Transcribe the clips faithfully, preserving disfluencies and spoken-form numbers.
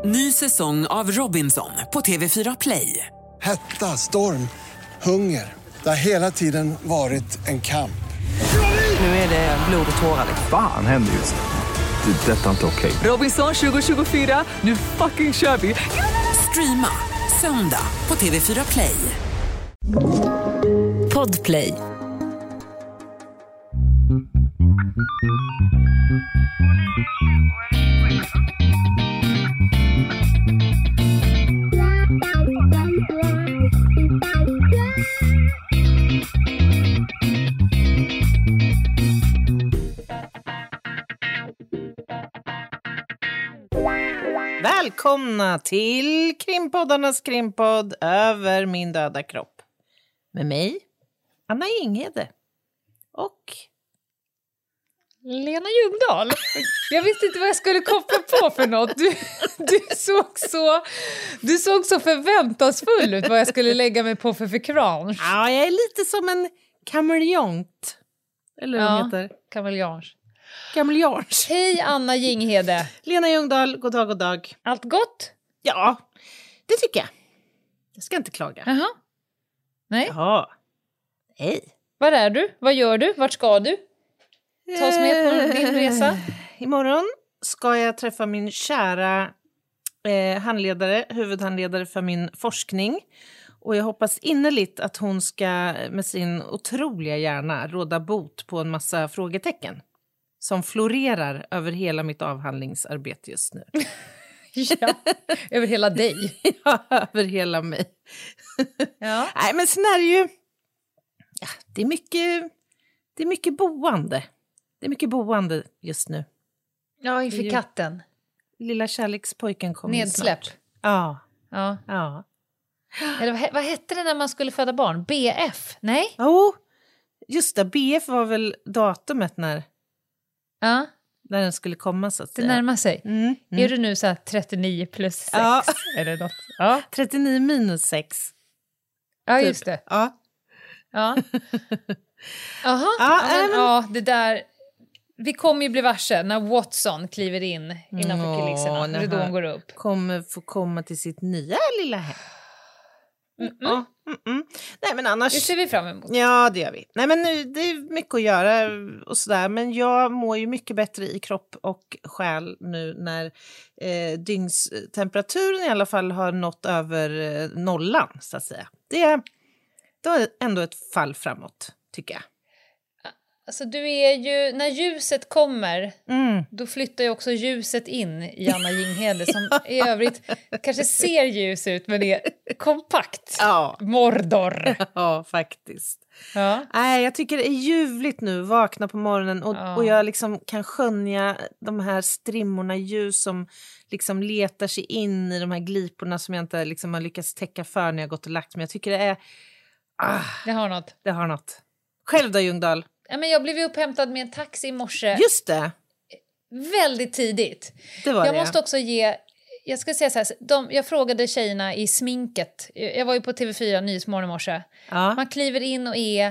Ny säsong av Robinson på T V fyra Play. Hetta, storm, hunger. Det har hela tiden varit en kamp. Nu är det blod och tårar. Fan händer just det. Det är detta inte okej. Robinson tjugo tjugofyra, nu fucking kör vi. Streama söndag på T V fyra Play. Podplay. Välkomna till krimpoddarnas krimpodd Över min döda kropp. Med mig, Anna Jinghede. Och Lena Ljungdahl. Jag visste inte vad jag skulle koppla på för något. Du, du, såg så, du såg så förväntansfull ut vad jag skulle lägga mig på för förkransch. ja, jag är lite som en kameleont. Eller vad Ja, det heter. kameleons. Kameleont. Hej Anna Jinghede. Lena Ljungdahl, god dag, god dag. Allt gott? Ja, det tycker jag. Jag ska inte klaga. Jaha. Nej. Ja. Hej. Var är du? Vad gör du? Vart ska du? Ta oss med på din resa. Imorgon ska jag träffa min kära eh, handledare, huvudhandledare för min forskning. Och jag hoppas innerligt att hon ska med sin otroliga hjärna råda bot på en massa frågetecken som florerar över hela mitt avhandlingsarbete just nu. Ja, över hela dig. Ja, över hela mig. Ja. Nej, men sen är det ju... Ja, det är mycket, det är mycket boande. Det är mycket boande just nu. Ja, Det är inför ju- katten. Lilla kärlekspojken kommer ju Nedsläpp. snart. Ja, Ja. ja. Eller vad, he- vad hette det när man skulle föda barn? B F? Nej? Jo, just det. B F var väl datumet när, Ja, när den skulle komma så att det säga. närmar sig. Mm, mm. Är du nu så här trettionio plus sex? Ja. Eller något? Ja, trettionio minus sex. ja Typ. just det. Ja. Ja. Jaha, Ja, ja, men, nej, men- ja, det där. Vi kommer ju bli varse när Watson kliver in innanför Åh, kulisserna. när Ridån han- går upp. Kommer få komma till sitt nya lilla hem. Mm-mm. Ja, mm-mm. Nej, men annars... Det ser vi fram emot. Ja, det gör vi. Nej, men nu, det är mycket att göra och sådär. Men jag mår ju mycket bättre i kropp och själ nu när eh, dygnstemperaturen i alla fall har nått över eh, nollan, så att säga. Det är, det är ändå ett fall framåt, tycker jag. Alltså du är ju, när ljuset kommer, Mm. då flyttar ju också ljuset in i Anna Jinghede som i övrigt kanske ser ljus ut men är kompakt. Ja. Mordor. Ja, faktiskt. Ja. Nej, jag tycker det är ljuvligt nu, vakna på morgonen och, Ja. och jag liksom kan skönja de här strimmorna ljus som liksom letar sig in i de här gliporna som jag inte liksom har lyckats täcka för när jag gått och lagt mig. Jag tycker det är... Ah, Det har något. det har något. Själv då, Ljungdahl? Ja, men jag blev ju upphämtad med en taxi i morse Just det, väldigt tidigt. det var Jag det. måste också ge... Jag ska säga så här, de, jag frågade tjejerna i sminket. Jag var ju på T V fyra Nyhetsmorgon i morse. Ja. Man kliver in och är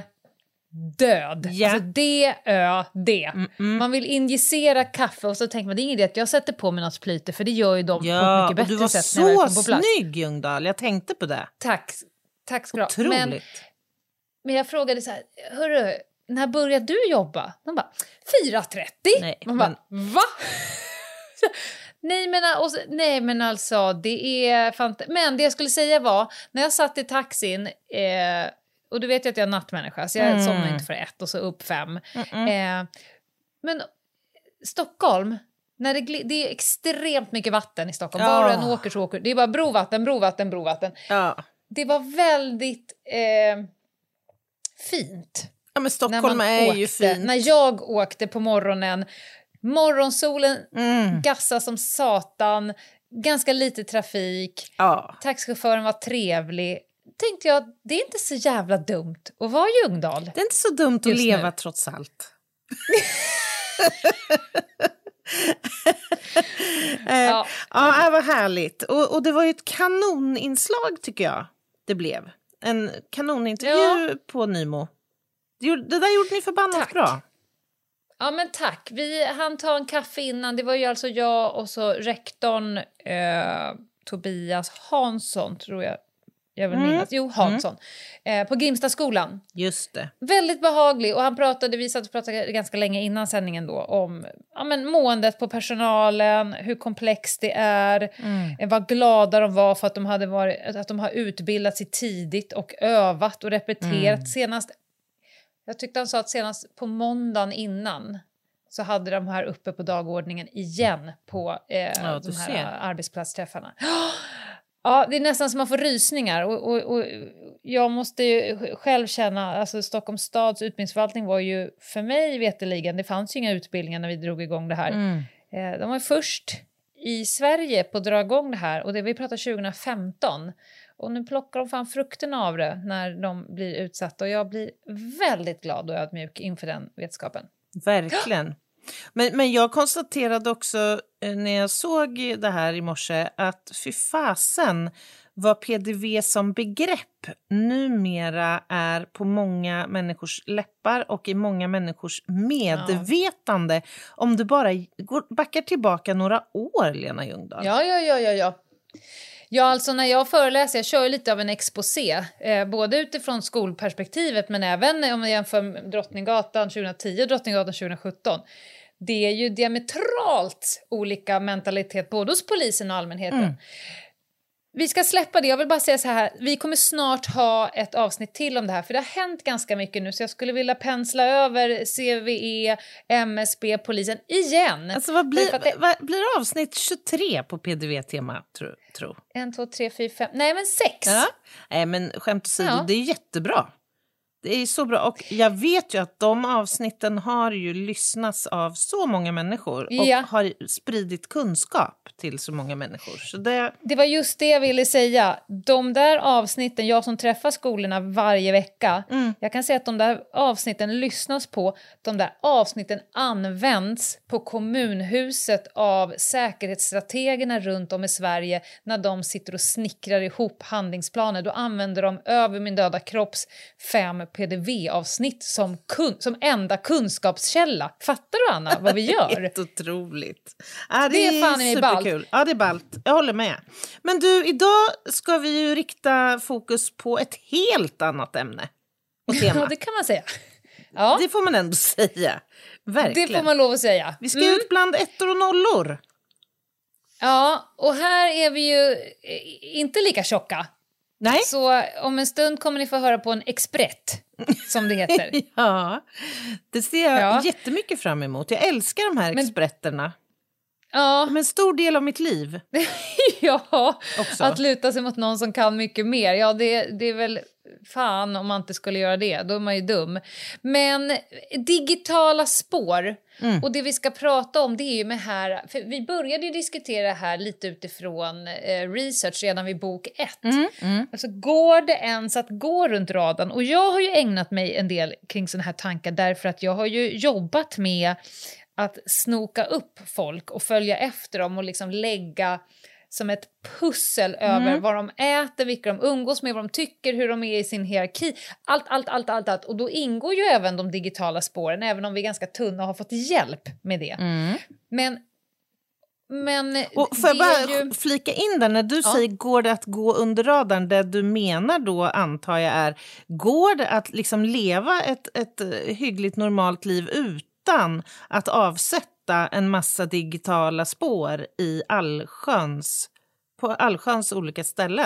död. Ja. Alltså D-Ö-D. Man vill injicera kaffe och så tänker man det är ingen idé att jag sätter på mig något flyte för det gör ju de på ett Ja, mycket och du bättre var sätt när jag väl så kom på plats. snygg, Ljungdahl. Jag tänkte på det. Tack. Tack ska du ha. Otroligt. Men, men jag frågade så här, hörru, när började du jobba? De bara, fyra trettio. Nej, Man bara, va? nej, men, och, så- nej men alltså, det är fant- Men det jag skulle säga var, när jag satt i taxin, eh, och du vet ju att jag är nattmänniska, så jag Mm. somnar inte för ett och så upp fem. Eh, men Stockholm, när det, gl- det är extremt mycket vatten i Stockholm. Var och en Ja. åker så åker. Det är bara brovatten, brovatten, brovatten. Ja. Det var väldigt eh, fint. Ja, men När Stockholm man är åkte, ju fint. När jag åkte på morgonen, morgonsolen Mm. gassade som satan, ganska lite trafik, Ja. taxichauffören var trevlig. Tänkte jag, det är inte så jävla dumt att vara Ljungdahl. Det är inte så dumt att Just leva nu. trots allt. eh, ja, Ja. det var härligt. Och, och det var ju ett kanoninslag tycker jag det blev. En kanonintervju Ja. på Nymo. Det, gjorde, det där gjorde ni förbannat Tack. bra. Ja, men tack. Vi hann ta en kaffe innan. Det var ju alltså jag och så rektorn eh, Tobias Hansson, tror jag. Jag vill minnas. Jo, Hansson. Mm. Eh, på Grimstaskolan. Just det. Väldigt behaglig. Och han pratade, vi satt och pratade ganska länge innan sändningen då om ja, men, måendet på personalen, hur komplext det är, mm. vad glada de var för att de hade varit, att de har utbildat sig tidigt och övat och repeterat. Mm. Senast, jag tyckte han sa att senast på måndagen innan så hade de här uppe på dagordningen igen på eh, ja, de här ser. arbetsplatsträffarna. Ja, det är nästan som man får rysningar och, och, och jag måste ju själv känna, alltså Stockholms stads utbildningsförvaltning var ju för mig veteligen, det fanns ju inga utbildningar när vi drog igång det här. Mm. Eh, de var först i Sverige på att dra igång det här och det vi pratar tjugo femton och nu plockar de fan frukten av det när de blir utsatta och jag blir väldigt glad och ödmjuk inför den vetskapen. Verkligen. Men, men jag konstaterade också när jag såg det här i morse att fy fasen vad P D V som begrepp numera är på många människors läppar och i många människors medvetande. Ja. Om du bara går, backar tillbaka några år, Lena Ljungdahl. Ja, ja, ja, ja, ja. Ja, alltså när jag föreläser, jag kör lite av en exposé, eh, både utifrån skolperspektivet men även om jag jämför Drottninggatan tjugohundratio och Drottninggatan tjugosjutton. Det är ju diametralt olika mentalitet både hos polisen och allmänheten. Mm. Vi ska släppa det, jag vill bara säga så här, vi kommer snart ha ett avsnitt till om det här för det har hänt ganska mycket nu så jag skulle vilja pensla över C V E, M S B, polisen igen. Alltså vad blir, det, vad blir avsnitt tjugotre på P D V-tema, tror tro? En, två, tre, fyra, fem, nej men sex. Ja. Nej men skämt åsido, ja. Det är jättebra. Det är så bra och jag vet ju att de avsnitten har ju lyssnats av så många människor och ja. har spridit kunskap till så många människor. Så det... det var just det jag ville säga. De där avsnitten, jag som träffar skolorna varje vecka, mm. jag kan säga att de där avsnitten lyssnas på, de där avsnitten används på kommunhuset av säkerhetsstrategerna runt om i Sverige när de sitter och snickrar ihop handlingsplaner. Då använder de över min döda kropps fem P D V-avsnitt som, kun- som enda kunskapskälla. Fattar du, Anna, vad vi gör? Helt otroligt. Ja, det, det är, är fan i superkul. ballt. Ja, det är ballt. Jag håller med. Men du, idag ska vi ju rikta fokus på ett helt annat ämne och tema. Ja, det kan man säga. Ja. Det får man ändå säga. Verkligen. Det får man lov att säga. Vi ska mm. ut bland ettor och nollor. Ja, och här är vi ju inte lika tjocka. Nej. Så om en stund kommer ni få höra på en expert, som det heter. Ja, det ser jag ja. jättemycket fram emot. Jag älskar de här Men, experterna. Ja. De är en stor del av mitt liv. Ja, också. Att luta sig mot någon som kan mycket mer. Ja, det, det är väl fan om man inte skulle göra det. Då är man ju dum. Men digitala spår. Mm. Och det vi ska prata om det är ju med här... För vi började ju diskutera det här lite utifrån eh, research redan vid bok ett. Mm. Mm. Alltså går det ens att gå runt radarn? Och jag har ju ägnat mig en del kring såna här tankar därför att jag har ju jobbat med att snoka upp folk och följa efter dem och liksom lägga som ett pussel över mm. vad de äter, vilka de umgås med, vad de tycker, hur de är i sin hierarki. Allt, allt, allt, allt, allt. Och då ingår ju även de digitala spåren, även om vi är ganska tunna och har fått hjälp med det. Mm. Men... Men och får jag bara ju... flika in där, när du ja. säger går det att gå under radarn, det du menar då antar jag är, går det att liksom leva ett, ett hyggligt normalt liv utan att avsätta en massa digitala spår i allsköns, på allsköns olika ställen?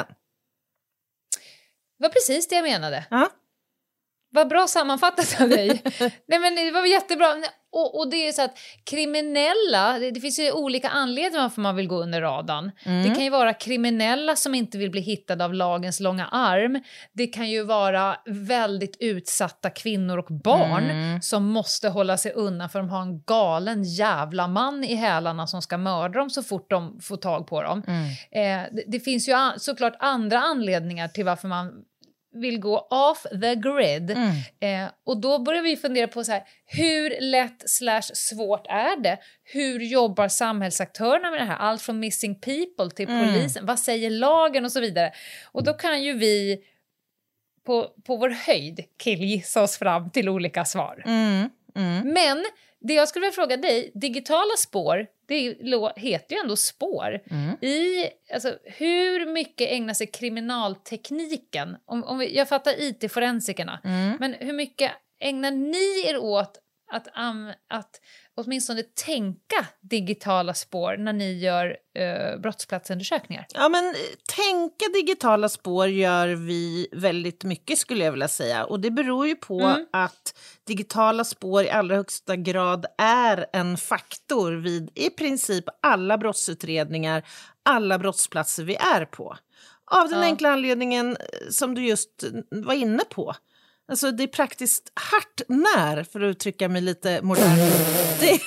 Det var precis det jag menade. Ja. Vad bra sammanfattat av dig. Nej, men det var jättebra. Och, och det är så att kriminella, det, det finns ju olika anledningar varför man vill gå under radarn. Mm. Det kan ju vara kriminella som inte vill bli hittade av lagens långa arm. Det kan ju vara väldigt utsatta kvinnor och barn mm. som måste hålla sig undan för de har en galen jävla man i hälarna som ska mörda dem så fort de får tag på dem. Mm. Eh, det, det finns ju an- såklart andra anledningar till varför man vill gå off the grid. Mm. Eh, och då börjar vi fundera på så här, hur lätt slash svårt är det? Hur jobbar samhällsaktörerna med det här? Allt från missing people till mm. polisen. Vad säger lagen och så vidare? Och då kan ju vi på, på vår höjd killgissa oss fram till olika svar. Mm. Mm. Men det jag skulle vilja fråga dig, digitala spår, det heter ju ändå spår. Mm. I, alltså, hur mycket ägnar sig kriminaltekniken? Om, om vi, jag fattar I T-forensikerna, mm. men hur mycket ägnar ni er åt att, um, att åtminstone tänka digitala spår när ni gör uh, brottsplatsundersökningar? Ja, men tänka digitala spår gör vi väldigt mycket, skulle jag vilja säga. Och det beror ju på mm. att digitala spår i allra högsta grad är en faktor vid i princip alla brottsutredningar, alla brottsplatser vi är på. Av den ja. enkla anledningen som du just var inne på. Alltså det är praktiskt hart när, för att uttrycka mig lite modernt. Det...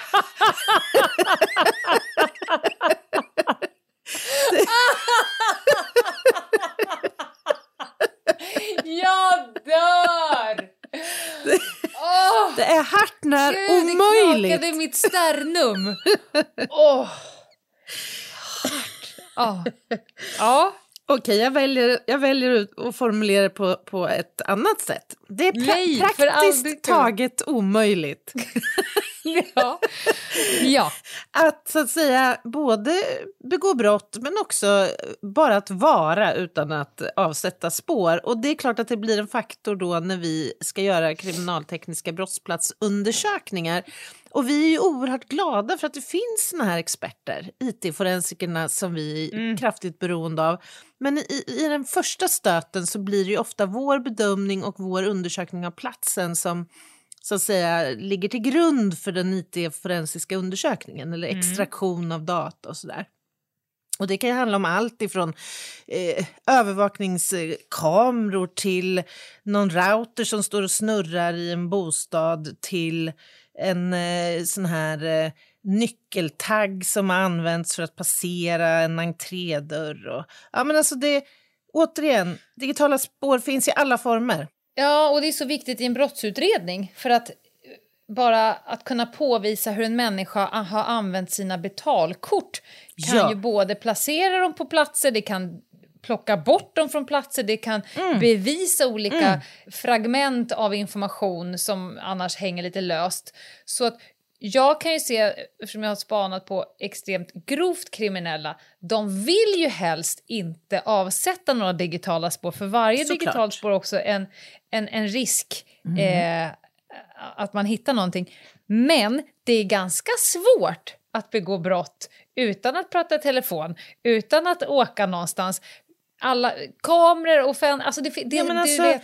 det... Jag dör! Det, oh, det är hart när Gud, omöjligt. Det knakade mitt sternum. Åh. Oh. Oh. Ja. Okej, jag väljer, jag väljer att formulera det på, på ett annat sätt. Det är pra- Nej, praktiskt taget omöjligt. ja. ja. Att så att säga både begå brott men också bara att vara utan att avsätta spår. Och det är klart att det blir en faktor då när vi ska göra kriminaltekniska brottsplatsundersökningar. Och vi är ju oerhört glada för att det finns såna här experter, I T-forensikerna som vi är mm. kraftigt beroende av. Men i, i den första stöten så blir det ju ofta vår bedömning och vår undersökning av platsen som så att säga ligger till grund för den I T-forensiska undersökningen eller extraktion mm. av data och sådär. Och det kan ju handla om allt ifrån eh, övervakningskameror till någon router som står och snurrar i en bostad till en eh, sån här eh, nyckeltagg som har använts för att passera en entrédörr. Och, ja, men alltså det, återigen, digitala spår finns i alla former. Ja, och det är så viktigt i en brottsutredning för att bara att kunna påvisa hur en människa har använt sina betalkort kan ja. ju både placera dem på platser, det kan plocka bort dem från platser, det kan mm. bevisa olika mm. fragment av information som annars hänger lite löst. Så att jag kan ju se, eftersom jag har spanat på extremt grovt kriminella, de vill ju helst inte avsätta några digitala spår, för varje Såklart. digitalt spår också en, en, en risk mm. eh, att man hittar någonting. Men det är ganska svårt att begå brott utan att prata i telefon, utan att åka någonstans. Alla kameror och fan, alltså det, det, ja, men det, alltså, det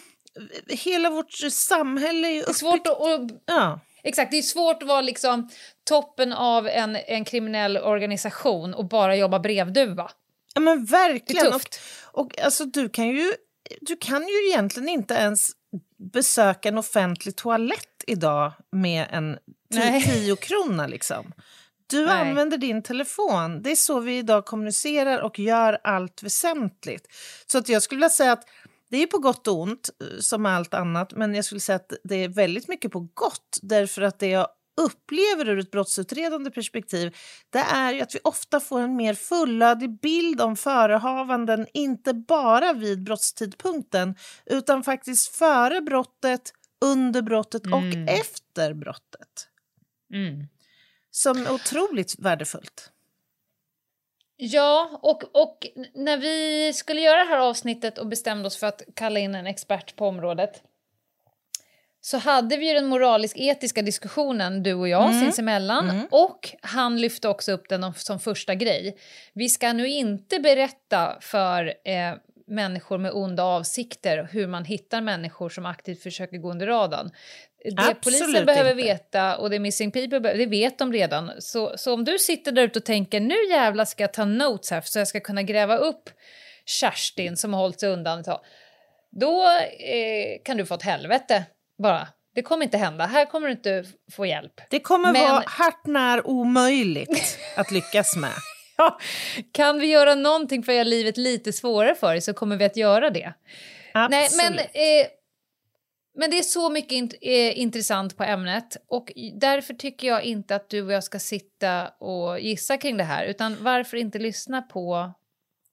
hela vårt samhälle är ju uppbyggt. svårt att, och, ja. Exakt, det är svårt att vara liksom toppen av en, en kriminell organisation och bara jobba brevduva. Ja, men verkligen. Det är tufft. Och, och alltså du kan ju du kan ju egentligen inte ens besöka en offentlig toalett idag med en tio krona liksom. Du Nej. använder din telefon. Det är så vi idag kommunicerar och gör allt väsentligt. Så att jag skulle vilja säga att det är på gott och ont som allt annat. Men jag skulle säga att det är väldigt mycket på gott. Därför att det jag upplever ur ett brottsutredande perspektiv, det är ju att vi ofta får en mer fullödig bild om förehavanden. Inte bara vid brottstidpunkten utan faktiskt före brottet, under brottet och mm. efter brottet. Mm. Som är otroligt värdefullt. Ja, och, och när vi skulle göra det här avsnittet och bestämde oss för att kalla in en expert på området, så hade vi ju den moralisk-etiska diskussionen, du och jag, mm. sinsemellan. Mm. Och han lyfte också upp den som första grej. Vi ska nu inte berätta för eh, människor med onda avsikter hur man hittar människor som aktivt försöker gå under radarn. Det Absolut polisen behöver inte. veta och det Missing People behöver, det vet de redan. Så, så om du sitter där ute och tänker, nu jävlar ska jag ta notes här så jag ska kunna gräva upp Kerstin som har hållit sig undan ett tag, då eh, kan du få ett helvete bara. Det kommer inte hända. Här kommer du inte få hjälp. Det kommer Men... vara hart när omöjligt att lyckas med. Ja, kan vi göra någonting för att göra livet lite svårare för dig så kommer vi att göra det. Absolut. Nej, men, eh, men det är så mycket int- eh, intressant på ämnet och därför tycker jag inte att du och jag ska sitta och gissa kring det här, utan varför inte lyssna på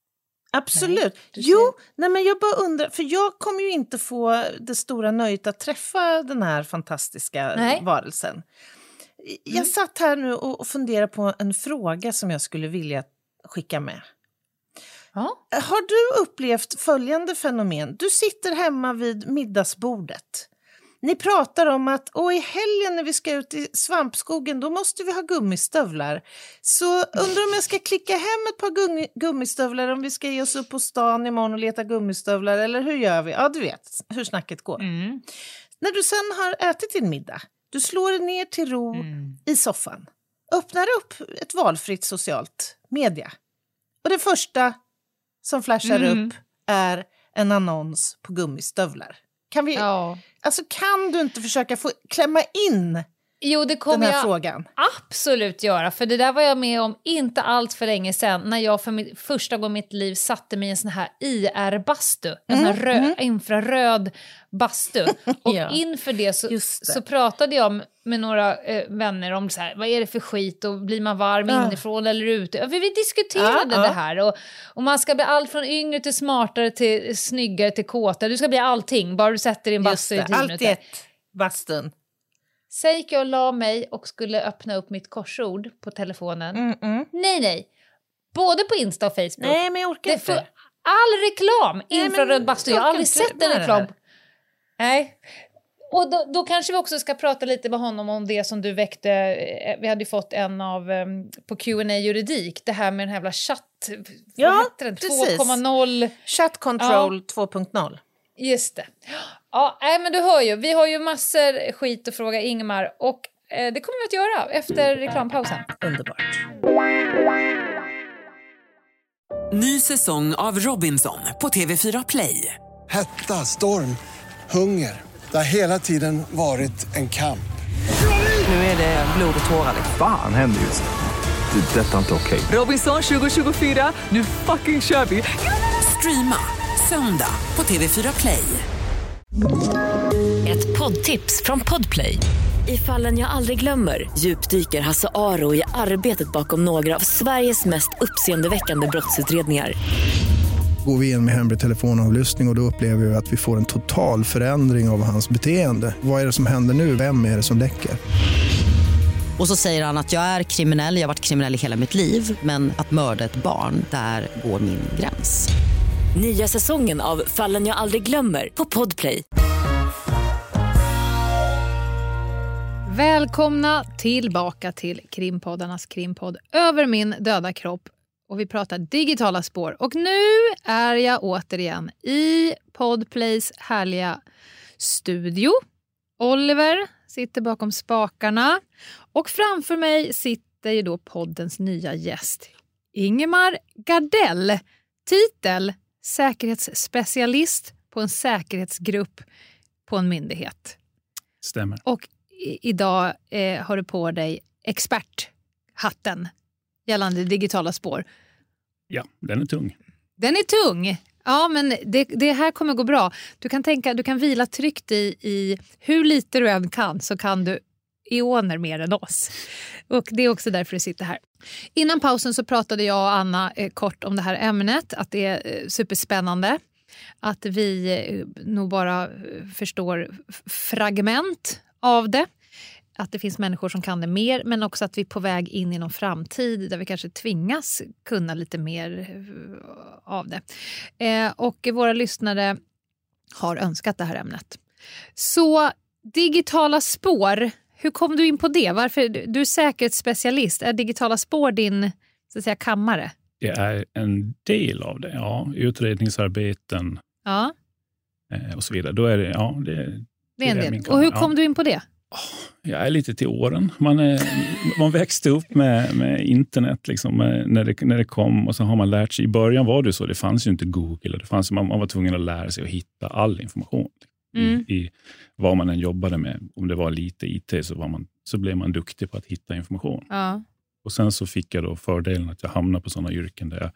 Absolut. Nej, jo, nej men jag bara undrar, för jag kommer ju inte få det stora nöjet att träffa den här fantastiska nej. varelsen. Jag mm. satt här nu och funderade på en fråga som jag skulle vilja skicka med. Ja. Har du upplevt följande fenomen? Du sitter hemma vid middagsbordet. Ni pratar om att åh, i helgen när vi ska ut i svampskogen då måste vi ha gummistövlar. Så undrar om jag ska klicka hem ett par gummi- gummistövlar om vi ska ge oss upp på stan imorgon och leta gummistövlar. Eller hur gör vi? Ja, du vet hur snacket går. Mm. När du sen har ätit din middag, du slår dig ner till ro mm. i soffan. Öppnar upp ett valfritt socialt media. Och det första som flashar mm. upp är en annons på gummistövlar. Kan vi, ja. alltså kan du inte försöka få klämma in jo, det kommer den här jag frågan? Absolut göra, för det där var jag med om inte allt för länge sedan när jag för mitt, första gången i mitt liv satte mig i en sån här I R-bastu, en Mm, sån här rö- mm. infraröd bastu. Och Ja, inför det så, just det. så pratade jag med några eh, vänner om så här, vad är det för skit och blir man varm Ja. inifrån eller ute? Ja, vi, vi diskuterade Ja, det ja. här och, och man ska bli allt från yngre till smartare till snyggare till kåtare. Du ska bli allting, bara du sätter din Just bastu i det, tio allt i minuter. ett bastun. Sen gick jag och la mig och skulle öppna upp mitt korsord på telefonen. Mm, mm. Nej, nej. Både på Insta och Facebook. Nej, men jag orkar det inte. får all reklam. Nej, Infraröd men bastu. Jag har orkar aldrig inte sett med en det reklam. här. Nej. Och då, då kanske vi också ska prata lite med honom om det som du väckte. Vi hade ju fått en av um, på Q and A juridik. Det här med den här jävla chatt. Ja, vad heter den? precis. två komma noll. Chat control två punkt noll. Just det. Ja, nej, men du hör ju. Vi har ju massor skit att fråga Ingmar. Och eh, det kommer vi att göra efter reklampausen. Underbart. Ny säsong av Robinson på T V fyra Play. Hetta, storm, hunger. Det har hela tiden varit en kamp. Nu är det blod och tårar. Fan händer just det. Det är detta inte okej. Robinson tjugo tjugofyra, nu fucking kör vi. Streama söndag på T V fyra Play. Ett poddtips från Podplay. I Fallen jag aldrig glömmer djupdyker Hasse Aro i arbetet bakom några av Sveriges mest uppseendeväckande brottsutredningar. Går vi in med hemlig telefonavlyssning och, och då upplever vi att vi får en total förändring av hans beteende. Vad är det som händer nu? Vem är det som läcker? Och så säger han att jag är kriminell, jag har varit kriminell i hela mitt liv. Men att mörda ett barn, där går min gräns. Nya säsongen av Fallen jag aldrig glömmer på Podplay. Välkomna tillbaka till krimpoddarnas krimpodd Över min döda kropp. Och vi pratar digitala spår. Och nu är jag återigen i Podplays härliga studio. Oliver sitter bakom spakarna. Och framför mig sitter ju då poddens nya gäst. Ingemar Gardell. Titel: säkerhetsspecialist på en säkerhetsgrupp på en myndighet. Stämmer. Och i- idag eh, har du på dig experthatten gällande digitala spår. Ja, den är tung. Den är tung. Ja, men det, det här kommer gå bra. Du kan tänka, du kan vila tryggt i, i hur lite du än kan, så kan du eoner mer än oss. Och det är också därför du sitter här. Innan pausen så pratade jag och Anna eh, kort om det här ämnet, att det är eh, superspännande. Att vi eh, nog bara eh, förstår f- fragment av det. Att det finns människor som kan det mer, men också att vi är på väg in i någon framtid där vi kanske tvingas kunna lite mer eh, av det. Eh, och våra lyssnare har önskat det här ämnet. Så digitala spår, hur kom du in på det? Varför? Du är säkerhetsspecialist. Är digitala spår din, så att säga, kammare? Det är en del av det, ja. Utredningsarbeten Ja, eh, och så vidare. Då är det, ja, det, det är en är del. min Och hur kammare, kom ja. du in på det? Jag är lite till åren. Man, är, man växte upp med, med internet liksom, med, när, det, när det kom, och så har man lärt sig. I början var det så, det fanns ju inte Google. Det fanns, man, man var tvungen att lära sig att hitta all information. Mm. I, i vad man än jobbade med. Om det var lite I T så, var man, så blev man duktig på att hitta information. Ja. Och sen så fick jag då fördelen att jag hamnade på sådana yrken där jag,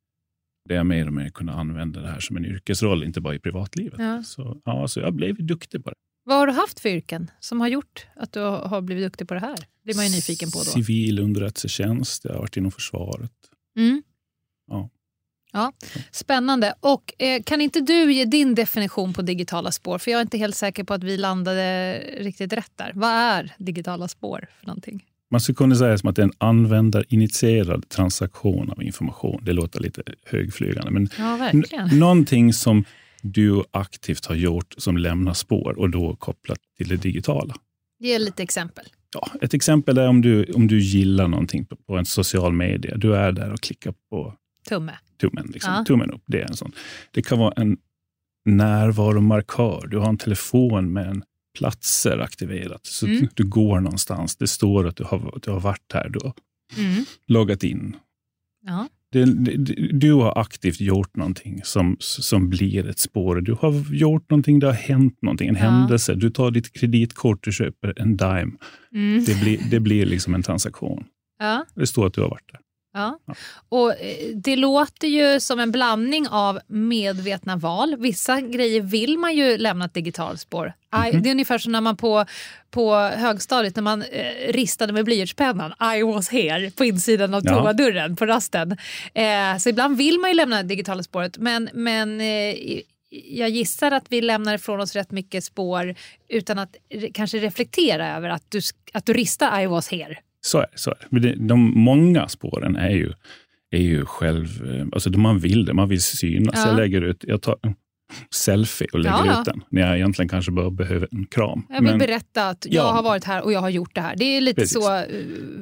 där jag mer och mer kunde använda det här som en yrkesroll, inte bara i privatlivet. Ja. Så, ja, så jag blev duktig på det. Vad har du haft för yrken som har gjort att du har blivit duktig på det här? Det blir man ju nyfiken på då. Civil underrättelsetjänst, jag har varit inom försvaret. Mm. Ja. Ja, spännande. Och eh, kan inte du ge din definition på digitala spår? För jag är inte helt säker på att vi landade riktigt rätt där. Vad är digitala spår för någonting? Man skulle kunna säga som att det är en användarinitierad transaktion av information. Det låter lite högflygande. Men ja, verkligen. N- någonting som du aktivt har gjort som lämnar spår och då kopplat till det digitala. Ge lite exempel. Ja, ett exempel är om du, om du gillar någonting på, på en social media. Du är där och klickar på Tumme. tummen. Liksom. Ja. Tummen upp. Det är en sån. Det kan vara en närvaromarkör. Du har en telefon med en platser aktiverat. Så Mm. du, du går någonstans. Det står att du har, att du har varit här. Du har Mm. loggat in. Ja. Det, det, du har aktivt gjort någonting som, som blir ett spår. Du har gjort någonting, det har hänt någonting, en Ja. händelse. Du tar ditt kreditkort, du köper en dime. Mm. Det, blir, det blir liksom en transaktion. Ja. Det står att du har varit där. Ja. Ja. Och eh, det låter ju som en blandning av medvetna val. Vissa grejer vill man ju lämna ett digitalt spår. I, Mhm. det är ungefär som när man på, på högstadiet när man eh, ristade med blyertspennan. I was here på insidan av Ja. toadörren på rasten. Eh, så ibland vill man ju lämna det digitala spåret. Men, men eh, jag gissar att vi lämnar ifrån oss rätt mycket spår utan att re- kanske reflektera över att du, att du ristar I was here. Så är, så är. Men det. De många spåren är ju, är ju själv... Alltså man vill det, man vill synas. Ja. Jag lägger ut... Jag tar en selfie och lägger Ja. ut den. När jag egentligen kanske bara behöver en kram. Jag vill Men- berätta att jag Ja. har varit här och jag har gjort det här. Det är lite Precis. så uh,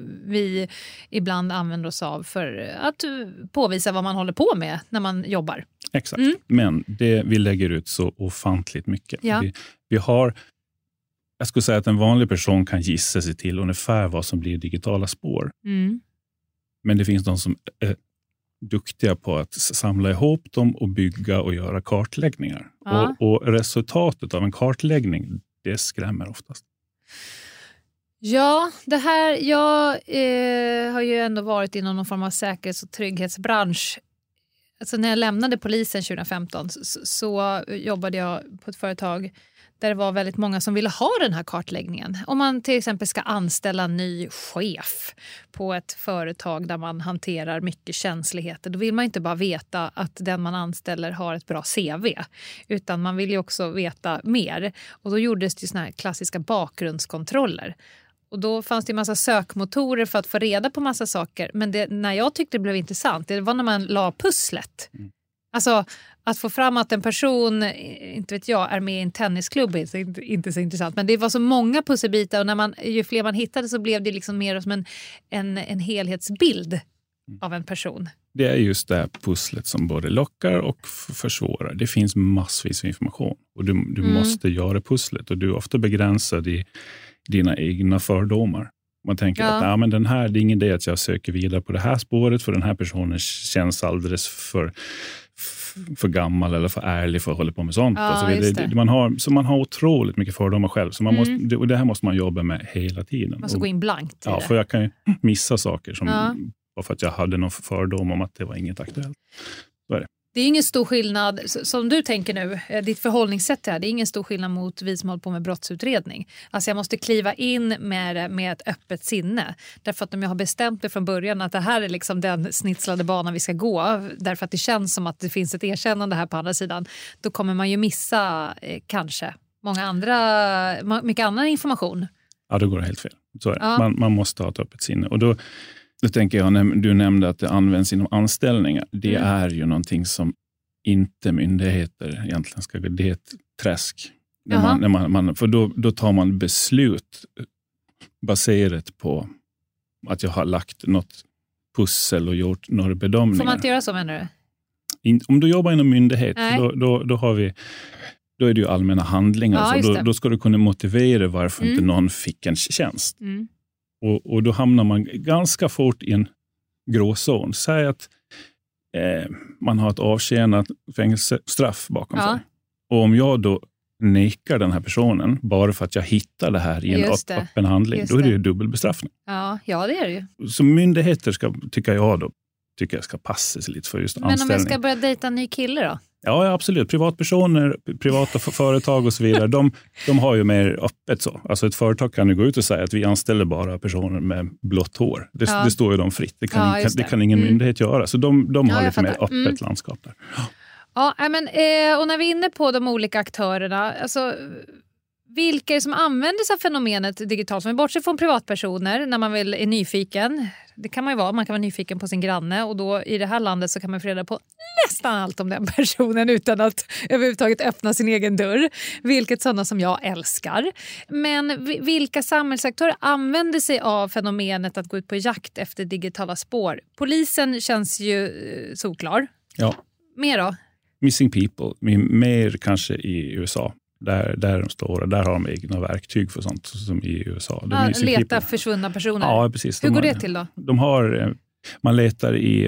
vi ibland använder oss av för att uh, påvisa vad man håller på med när man jobbar. Exakt. Mm. Men det vi lägger ut så ofantligt mycket. Ja. Vi, vi har... Jag skulle säga att en vanlig person kan gissa sig till ungefär vad som blir digitala spår. Mm. Men det finns de som är duktiga på att samla ihop dem och bygga och göra kartläggningar. Ja. Och, och resultatet av en kartläggning, det skrämmer oftast. Ja, det här, jag eh, har ju ändå varit inom någon form av säkerhets- och trygghetsbransch. Alltså när jag lämnade polisen tjugo femton så, så jobbade jag på ett företag där det var väldigt många som ville ha den här kartläggningen. Om man till exempel ska anställa en ny chef på ett företag där man hanterar mycket känsligheter, då vill man inte bara veta att den man anställer har ett bra C V, utan man vill ju också veta mer. Och då gjordes det såna här klassiska bakgrundskontroller. Och då fanns det en massa sökmotorer för att få reda på massa saker. Men det, när jag tyckte det blev intressant, det var när man la pusslet. Mm. Alltså att få fram att en person, inte vet jag, är med i en tennisklubb är inte, inte så intressant. Men det var så många pusselbitar och när man, ju fler man hittade så blev det liksom mer som en, en, en helhetsbild av en person. Det är just det här pusslet som både lockar och f- försvårar. Det finns massvis av information och du, du Mm. måste göra pusslet och du är ofta begränsad i dina egna fördomar. Man tänker Ja. att nej, men den här, det är ingen idé att jag söker vidare på det här spåret för den här personen känns alldeles för, för gammal eller för ärlig för att hålla på med sånt. Ja, alltså, just det, det. man har, så man har otroligt mycket fördomar själv. Så man Mm. måste, och det här måste man jobba med hela tiden. Man ska och, gå in blankt i ja, det. för jag kan ju missa saker som, Ja. bara för att jag hade någon fördom om att det var inget aktuellt. Så är det. Det är ingen stor skillnad, som du tänker nu, ditt förhållningssätt här, det är ingen stor skillnad mot vi som håller på med brottsutredning. Alltså jag måste kliva in med det med ett öppet sinne. Därför att om jag har bestämt mig från början att det här är liksom den snitslade banan vi ska gå, därför att det känns som att det finns ett erkännande här på andra sidan, då kommer man ju missa eh, kanske många andra, mycket annan information. Ja, då går det helt fel. Så är det. Ja. Man, man måste ha ett öppet sinne. Och då, då tänker jag, när du nämnde att det används inom anställningar. Det Mm. är ju någonting som inte myndigheter egentligen ska gå. Det är ett träsk. När Jaha. man, när man, man, för då, då tar man beslut baserat på att jag har lagt något pussel och gjort några bedömningar. Får man inte göra så, menar du? In, om du jobbar inom myndighet, Nej. då, då, då har vi... Då är det ju allmänna handlingar. Ja, så just då, det. då ska du kunna motivera varför Mm. inte någon fick en tjänst. Mm. Och, och då hamnar man ganska fort i en gråzon. Säg att eh, man har ett avtjänat fängelsestraff bakom Ja. sig. Och om jag då nekar den här personen bara för att jag hittar det här i en Just öpp- det. öppen handling, Just då är det det. ju dubbelbestraffning. Ja, ja, det är det ju. Så myndigheter ska, tycker jag då, tycker jag ska passa sig lite för just Men om anställning. jag ska börja dejta en ny kille då? Ja, absolut. Privatpersoner, privata företag och så vidare, de, de har ju mer öppet så. Alltså ett företag kan ju gå ut och säga att vi anställer bara personer med blått hår. Det, ja. det står ju dem fritt. Det kan, ja, det. det kan ingen mm. myndighet göra. Så de, de har ja, lite mer öppet mm. landskap där. Ja, men, och när vi är inne på de olika aktörerna, alltså... Vilka är det som använder sig av fenomenet digitalt? Om vi bortser från privatpersoner när man vill är nyfiken. Det kan man ju vara. Man kan vara nyfiken på sin granne. Och då i det här landet så kan man få reda på nästan allt om den personen utan att överhuvudtaget öppna sin egen dörr. Vilket sådana som jag älskar. Men vilka samhällsaktörer använder sig av fenomenet att gå ut på jakt efter digitala spår? Polisen känns ju solklar. Ja. Mer då? Missing people. Mer kanske i U S A. Där, där de står, där har de egna verktyg för sånt som i U S A. Ja, leta people. försvunna personer. Ja, precis. Hur de går har, det till då? De har, man letar i,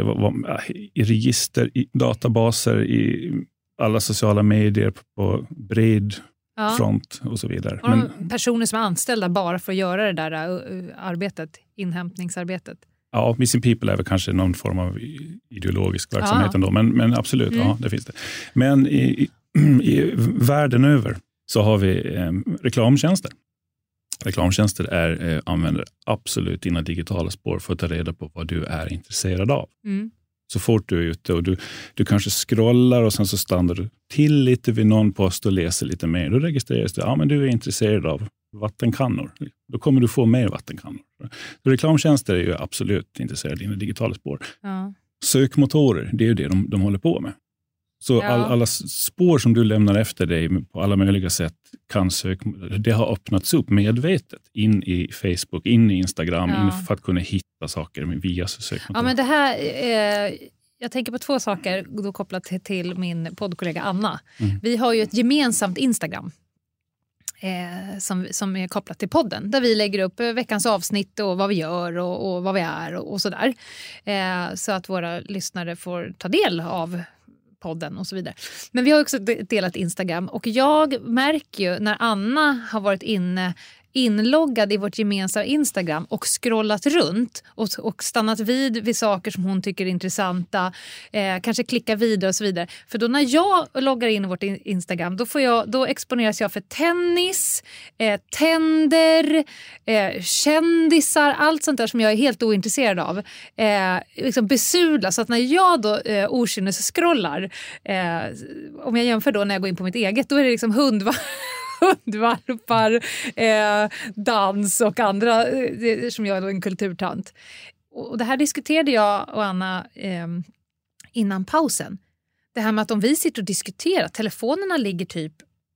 i register, i databaser, i alla sociala medier på bred ja. front och så vidare. Och Men, personer som är anställda bara för att göra det där arbetet, inhämtningsarbetet. Ja, Missing People är väl kanske någon form av ideologisk verksamhet ja. ändå. Men, men absolut, mm. ja, det finns det. Men i, i, i världen över så har vi eh, reklamtjänster. Reklamtjänster är, eh, använder absolut dina digitala spår för att ta reda på vad du är intresserad av. Mm. Så fort du är ute och du, du kanske scrollar och sen så stannar du till lite vid någon post och läser lite mer. Då registreras du, ja men du är intresserad av vattenkannor. Då kommer du få mer vattenkannor. Så reklamtjänster är ju absolut intresserade av dina digitala spår. Ja. Sökmotorer, det är ju det de, de håller på med. Så ja. all, alla spår som du lämnar efter dig på alla möjliga sätt kan söka, det har öppnats upp medvetet in i Facebook, in i Instagram, ja. in för att kunna hitta saker via sökmotorer. Ja, men det här, eh, jag tänker på två saker då kopplat till, till min poddkollega Anna. Mm. Vi har ju ett gemensamt Instagram. Eh, som, som är kopplat till podden. Där vi lägger upp veckans avsnitt och vad vi gör och, och vad vi är och, och sådär. Eh, så att våra lyssnare får ta del av podden och så vidare. Men vi har också delat Instagram och jag märker ju när Anna har varit inne inloggad i vårt gemensamma Instagram och scrollat runt och, och stannat vid vid saker som hon tycker är intressanta, eh, kanske klicka vidare och så vidare. För då när jag loggar in i vårt Instagram då, får jag, då exponeras jag för tennis, eh, tänder, eh, kändisar, allt sånt där som jag är helt ointresserad av. Eh, liksom besudla, så att när jag då eh, okynnes scrollar, eh, om jag jämför då när jag går in på mitt eget, då är det liksom hundvalp hundvalpar, eh, dans och andra, eh, som jag är en kulturtant. Och det här diskuterade jag och Anna eh, innan pausen. Det här med att om vi sitter och diskuterar, telefonerna ligger typ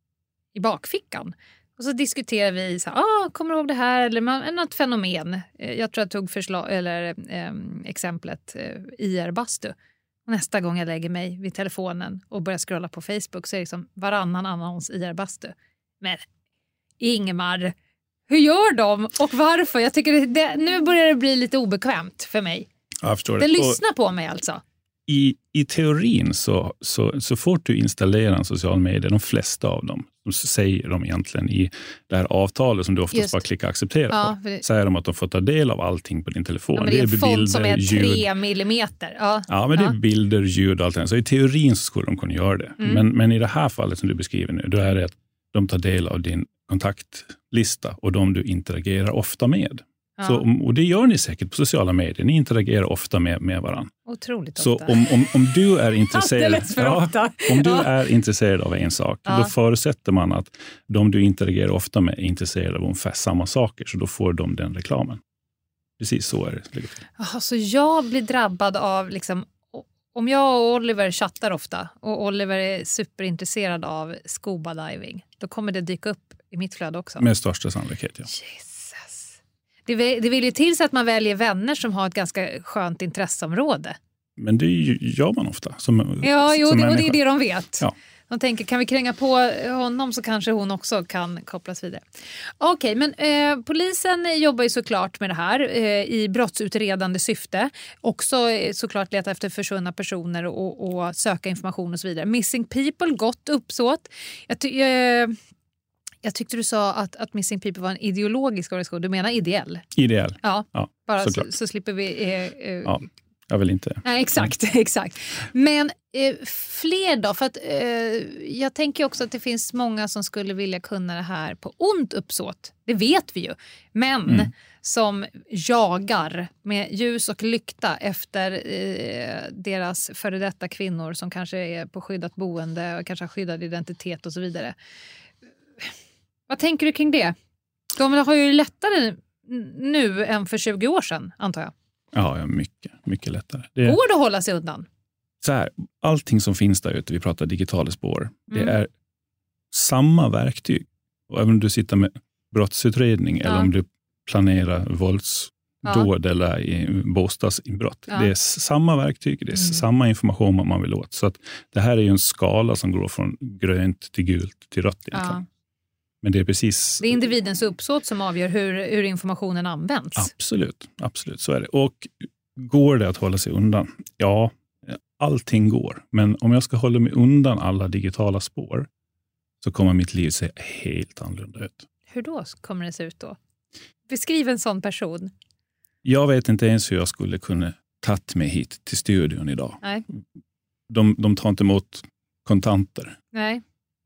i bakfickan. Och så diskuterar vi så här, ah, kommer du ihåg det här? Eller något fenomen. Jag tror jag tog förslag, eller, eh, exemplet eh, I R-bastu. Nästa gång jag lägger mig vid telefonen och börjar scrolla på Facebook så är det liksom varannan annons I R-bastu. Men Ingemar, hur gör de och varför? Jag tycker det, nu börjar det bli lite obekvämt för mig. Jag förstår det. Den lyssnar på mig alltså. I, i teorin så, så, så fort du installerar en social media, de flesta av dem, så säger de egentligen i det här avtalet som du oftast Just. bara klickar acceptera ja, på, det... säger de att de får ta del av allting på din telefon. Ja, men det är en font som är tre millimeter. Ja, ja men ja. det är bilder, ljud och allt det. Så i teorin så skulle de kunna göra det. Mm. Men, men i det här fallet som du beskriver nu, då är det att de tar del av din kontaktlista och de du interagerar ofta med. Ja. Så, och det gör ni säkert på sociala medier. Ni interagerar ofta med, med varandra. Otroligt ofta. Så om, om, om du är intresserad ja, om du ja. är intresserad av en sak, ja. då förutsätter man att de du interagerar ofta med är intresserade av ungefär samma saker. Så då får de den reklamen. Precis så är det. Aha, så jag blir drabbad av liksom, om jag och Oliver chattar ofta och Oliver är superintresserad av scuba diving, då kommer det dyka upp i mitt flöde också. Med största sannolikhet, ja. Jesus. Det, det vill ju till så att man väljer vänner som har ett ganska skönt intresseområde. Men det gör man ofta. Som, ja, jo, som det, och det är det de vet. Ja. De tänker, kan vi kränga på honom så kanske hon också kan kopplas vidare. Okej, men eh, polisen jobbar ju såklart med det här eh, i brottsutredande syfte. Också eh, såklart leta efter försvunna personer och, och söka information och så vidare. Missing People, gott uppsåt. Jag, ty- eh, jag tyckte du sa att, att Missing People var en ideologisk organisation. Du menar ideell? Ideell, ja. ja bara så, så slipper vi... Eh, eh, ja. Jag vill inte. Nej, exakt, exakt. Men eh, fler då? För att eh, jag tänker också att det finns många som skulle vilja kunna det här på ont uppsåt. Det vet vi ju. Men mm. som jagar med ljus och lykta efter eh, deras före detta kvinnor som kanske är på skyddat boende och kanske har skyddad identitet och så vidare. Vad tänker du kring det? De har ju lättare nu än för tjugo år sedan, antar jag. Ja, mycket, mycket lättare. Det, Går det att hålla sig undan? Så här, allting som finns där ute, vi pratar digitala spår, Mm. det är samma verktyg. Och även om du sitter med brottsutredning Ja. eller om du planerar våldsdåd Ja. eller i bostadsinbrott. Ja. Det är samma verktyg, det är Mm. samma information man vill åt. Så att det här är ju en skala som går från grönt till gult till rött egentligen. Ja. Men det är precis... Det är individens uppsåt som avgör hur, hur informationen används. Absolut, absolut, så är det. Och går det att hålla sig undan? Ja, allting går. Men om jag ska hålla mig undan alla digitala spår så kommer mitt liv se helt annorlunda ut. Hur då kommer det se ut då? Beskriv en sån person. Jag vet inte ens hur jag skulle kunna tagit mig hit till studion idag. Nej. De, de tar inte emot kontanter. Nej.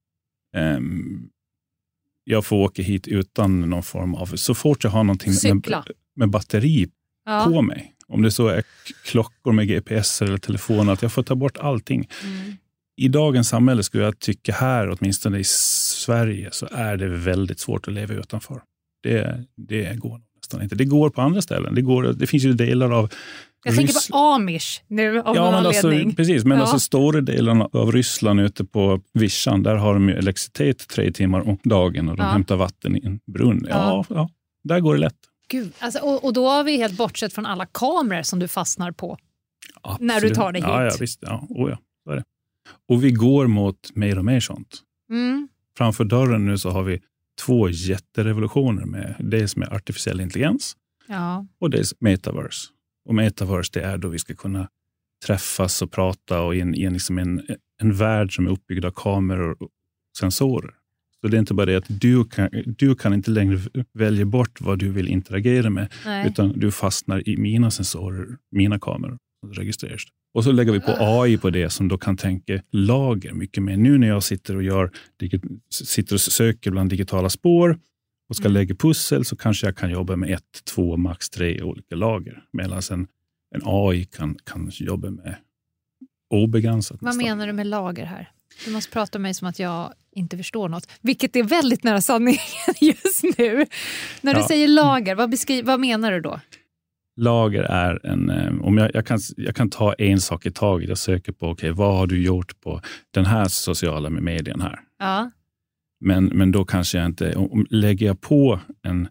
Um, jag får åka hit utan någon form av... Så fort jag har någonting med, med batteri ja. på mig. Om det så är klockor med G P S eller telefoner. Att jag får ta bort allting. Mm. I dagens samhälle skulle jag tycka här, åtminstone i Sverige, så är det väldigt svårt att leva utanför. Det, det går nästan inte. Det går på andra ställen. Det, går, det finns ju delar av... Jag tänker på Amish nu av ja, någon men anledning. Alltså, precis, men ja. alltså stora delarna av Ryssland ute på vischan, där har de ju elektricitet tre timmar om dagen och de ja. hämtar vatten i en brunn. Ja, ja. ja där går det lätt. Gud, alltså, och, och då har vi helt bortsett från alla kameror som du fastnar på. Absolut. När du tar dig hit. Ja, ja visst. Ja, oh, ja, så är det. Och vi går mot mer och mer sånt. Mm. Framför dörren nu så har vi två jätterevolutioner med dels med artificiell intelligens ja. och dels metaverse. Och metaverse, det är då vi ska kunna träffas och prata och i en, i en, liksom en, en värld som är uppbyggd av kameror och sensorer. Så det är inte bara det att du kan, du kan inte längre välja bort vad du vill interagera med. Nej. Utan du fastnar i mina sensorer, mina kameror. Och registreras. Och så lägger vi på A I på det som då kan tänka lager mycket mer. Nu när jag sitter och gör sitter och söker bland digitala spår och ska mm. lägga pussel, så kanske jag kan jobba med ett, två, max tre olika lager. Medan en, en A I kan, kan jobba med obegränsat. Vad nästan. menar du med lager här? Du måste prata med mig som att jag inte förstår något. Vilket är väldigt nära sanningen just nu. När du ja. säger lager, vad, beskri- vad menar du då? Lager är en... Om jag, jag, kan, jag kan ta en sak i taget. Jag söker på, okej, okay, vad har du gjort på den här sociala medien här? Ja. Men, men då kanske jag inte... Om, lägger jag på en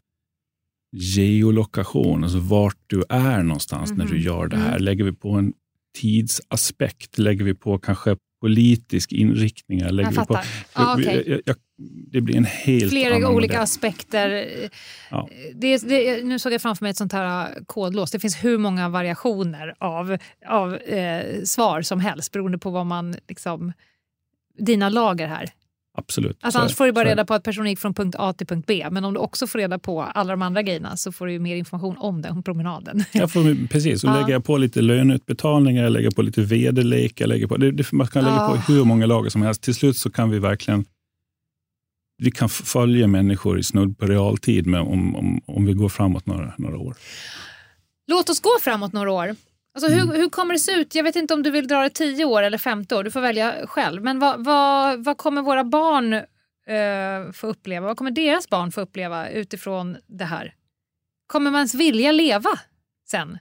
geolokation, alltså vart du är någonstans mm-hmm. när du gör det här. Mm. Lägger vi på en tidsaspekt? Lägger vi på kanske politisk inriktningar? Lägger jag vi på, fattar. Ah, okay. jag, jag, det blir en helt Flera annan olika modell. aspekter. Ja. Det, det, nu såg jag framför mig ett sånt här kodlås. Det finns hur många variationer av, av eh, svar som helst beroende på vad man liksom... Dina lager här. Absolut. Alltså annars får du bara reda på att personen gick från punkt A till punkt B. Men om du också får reda på alla de andra grejerna så får du ju mer information om den promenaden. Jag får, precis, så ja. lägger jag på lite löneutbetalningar, jag lägger på lite vederlek, jag lägger på, det, det, man kan lägga ja. på hur många lager som helst. Till slut så kan vi verkligen vi kan följa människor i snudd på realtid med om, om, om vi går framåt några, några år. Låt oss gå framåt några år. Alltså hur, mm. hur kommer det se ut? Jag vet inte om du vill dra det tio år eller femtio år. Du får välja själv. Men vad, vad, vad kommer våra barn uh, få uppleva? Vad kommer deras barn få uppleva utifrån det här? Kommer man ens vilja leva sen?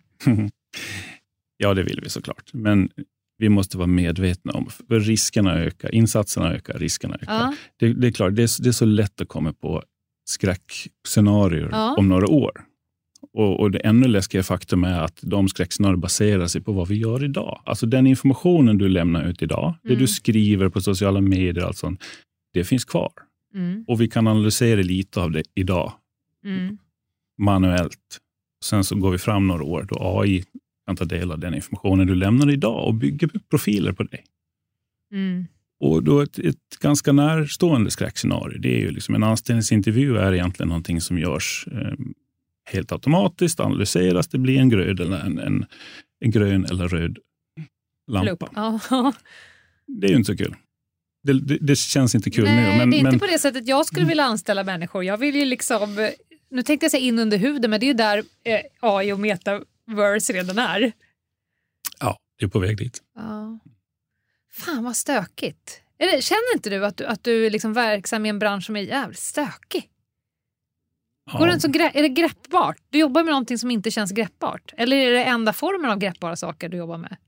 Ja, det vill vi såklart. Men vi måste vara medvetna om för riskerna ökar. Insatserna ökar, riskerna ökar. Ja. Det, det är klart, det är, det är så lätt att komma på skräckscenarier ja. om några år. Och, och det ännu läskiga faktum är att de skräckscenarier baserar sig på vad vi gör idag. Alltså den informationen du lämnar ut idag, mm. det du skriver på sociala medier, alltså, det finns kvar. Mm. Och vi kan analysera lite av det idag. Mm. Manuellt. Sen så går vi fram några år då A I kan ta del av den informationen du lämnar idag och bygga profiler på dig. Mm. Och då ett, ett ganska närstående skräckscenario, det är ju liksom en anställningsintervju är egentligen någonting som görs eh, helt automatiskt, analyseras, det blir en gröd eller en, en, en grön eller röd lampa. Ja. Det är ju inte så kul. Det, det, det känns inte kul Nej, nu. Men, det är inte men... på det sättet jag skulle vilja anställa människor. Jag vill ju liksom, nu tänkte jag säga in under huden, men det är ju där eh, A I och metaverse redan är. Ja, det är på väg dit. Ja. Fan vad stökigt. Är det, känner inte du att du, att du är liksom verksam i en bransch som är jävligt stökig? Ja. Går det inte så grä, är det greppbart? Du jobbar med någonting som inte känns greppbart? Eller är det enda formen av greppbara saker du jobbar med?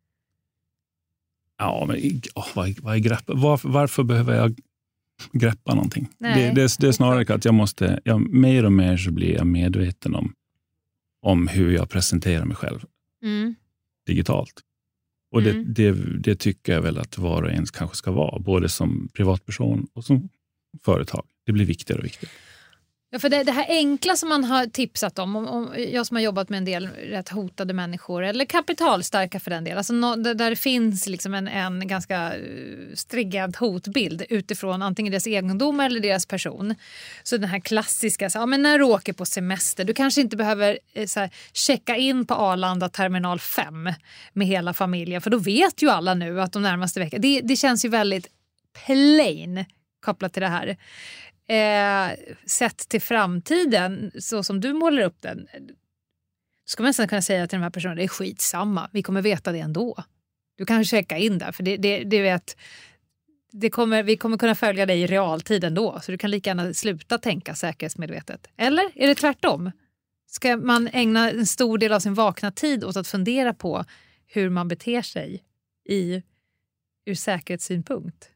Ja, men oh, vad, vad är grepp? Var, varför behöver jag greppa någonting? Det, det, det är snarare att jag måste, jag, mer och mer så blir jag medveten om, om hur jag presenterar mig själv mm. digitalt. Och Mm. det, det, det tycker jag väl att var och en kanske ska vara, både som privatperson och som företag. Det blir viktigare och viktigare. Ja, för det, det här enkla som man har tipsat om, om, om, jag som har jobbat med en del rätt hotade människor, eller kapitalstarka för den del, alltså no, där det finns liksom en, en ganska stringent hotbild utifrån antingen deras egendom eller deras person. Så den här klassiska, så, ja, men när du åker på semester, du kanske inte behöver så här, checka in på Arlanda terminal fem med hela familjen, för då vet ju alla nu att de närmaste veckorna, det, det känns ju väldigt plain kopplat till det här. Eh, sett till framtiden så som du målar upp den, ska man nästan kunna säga till de här personerna, det är skitsamma, vi kommer veta det ändå. Du kan checka in där, för det, det, det vet, det kommer, vi kommer kunna följa dig i realtid ändå, så du kan lika gärna sluta tänka säkerhetsmedvetet. Eller är det tvärtom? Ska man ägna en stor del av sin vakna tid åt att fundera på hur man beter sig i, ur säkerhetssynpunkt?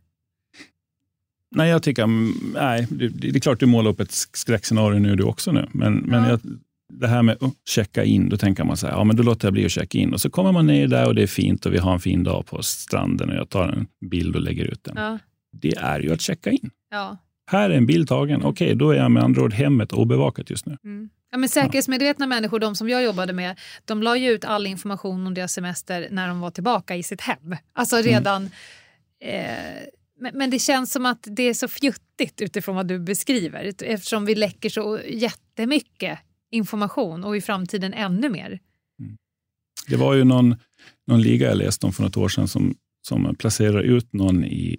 Nej, jag tycker, nej, det, det är klart du målar upp ett skräckscenario nu du också nu. Men, ja. men jag, det här med att checka in, då tänker man så här, ja men då låter jag bli att checka in. Och så kommer man ner där och det är fint och vi har en fin dag på stranden och jag tar en bild och lägger ut den. Ja. Det är ju att checka in. Ja. Här är en bild tagen, okej, okay, då är jag med andra ord hemmet obevakat just nu. Mm. Ja, men säkerhetsmedvetna ja. människor, de som jag jobbade med, de la ju ut all information om deras semester när de var tillbaka i sitt hem. Alltså redan... Mm. Eh, Men, men det känns som att det är så fjuttigt utifrån vad du beskriver, eftersom vi läcker så jättemycket information och i framtiden ännu mer. Mm. Det var ju någon, någon liga jag läste om för något år sedan som, som placerar ut någon i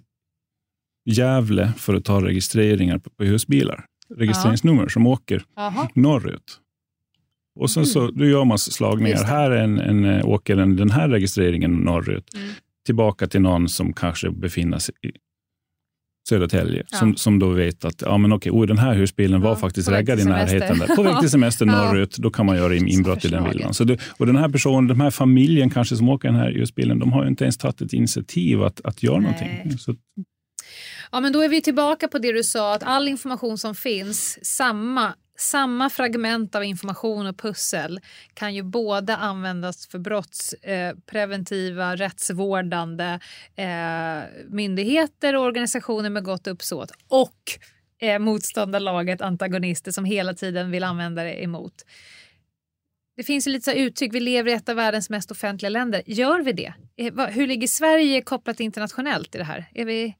Gävle för att ta registreringar på, på husbilar. Registreringsnummer ja. som åker Aha. norrut. Och sen så då gör man slagningar. Här är en, en, åker en, den här registreringen norrut. Mm. Tillbaka till någon som kanske befinner sig i Södertälje. Ja. Som, som då vet att ja, men okej, oh, den här husbilen var ja, faktiskt reggad i närheten. Där. På väg till semester norrut, då kan man göra inbrott i den villan. Så det, och den här personen, den här familjen kanske som åker den här husbilen, de har ju inte ens tagit ett initiativ att, att göra Nej. någonting. Så. Ja, men då är vi tillbaka på det du sa, att all information som finns, samma Samma fragment av information och pussel kan ju både användas för brottspreventiva, eh, rättsvårdande eh, myndigheter och organisationer med gott uppsåt och eh, motståndarlaget, antagonister som hela tiden vill använda det emot. Det finns ju lite så uttryck, vi lever i ett av världens mest offentliga länder. Gör vi det? Eh, vad, hur ligger Sverige kopplat internationellt i det här? Är vi...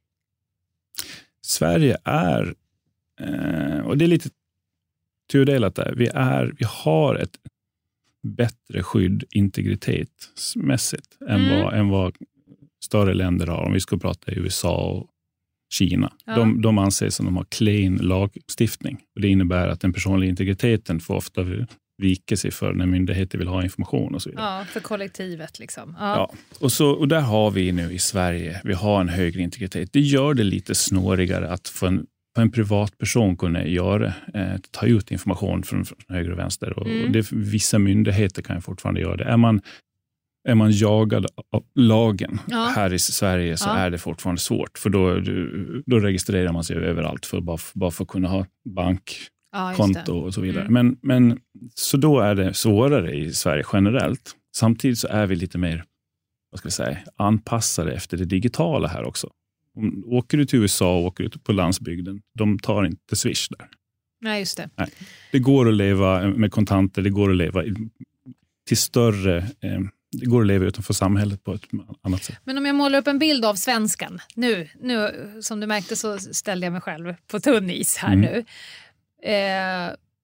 Sverige är, eh, och det är lite tudelat där. Vi, är, vi har ett bättre skydd integritetsmässigt mm. än, vad, än vad större länder har. Om vi ska prata U S A och Kina. Ja. De, de anses som de har clean lagstiftning. Och det innebär att den personliga integriteten får ofta vika sig för när myndigheter vill ha information och så vidare. Ja, för kollektivet liksom. Ja. Ja. Och, så, och där har vi nu i Sverige, vi har en högre integritet. Det gör det lite snårigare att få en en privatperson kunna göra, eh, ta ut information från, från höger och vänster. Och, mm. och det, vissa myndigheter kan ju fortfarande göra det. Är man, är man jagad av lagen ja. här i Sverige så ja. är det fortfarande svårt. För då, då registrerar man sig överallt för bara, bara för att kunna ha bankkonto ja, och så vidare. Mm. Men, men så då är det svårare i Sverige generellt. Samtidigt så är vi lite mer, vad ska vi säga, anpassade efter det digitala här också. Om, åker du till U S A och åker ut på landsbygden, de tar inte Swish där. Nej, just det. Nej. Det går att leva med kontanter, det går att leva i, till större, eh, det går att leva utanför samhället på ett annat sätt. Men om jag målar upp en bild av svenskan, nu, nu som du märkte så ställde jag mig själv på tunn is här mm. nu. Eh,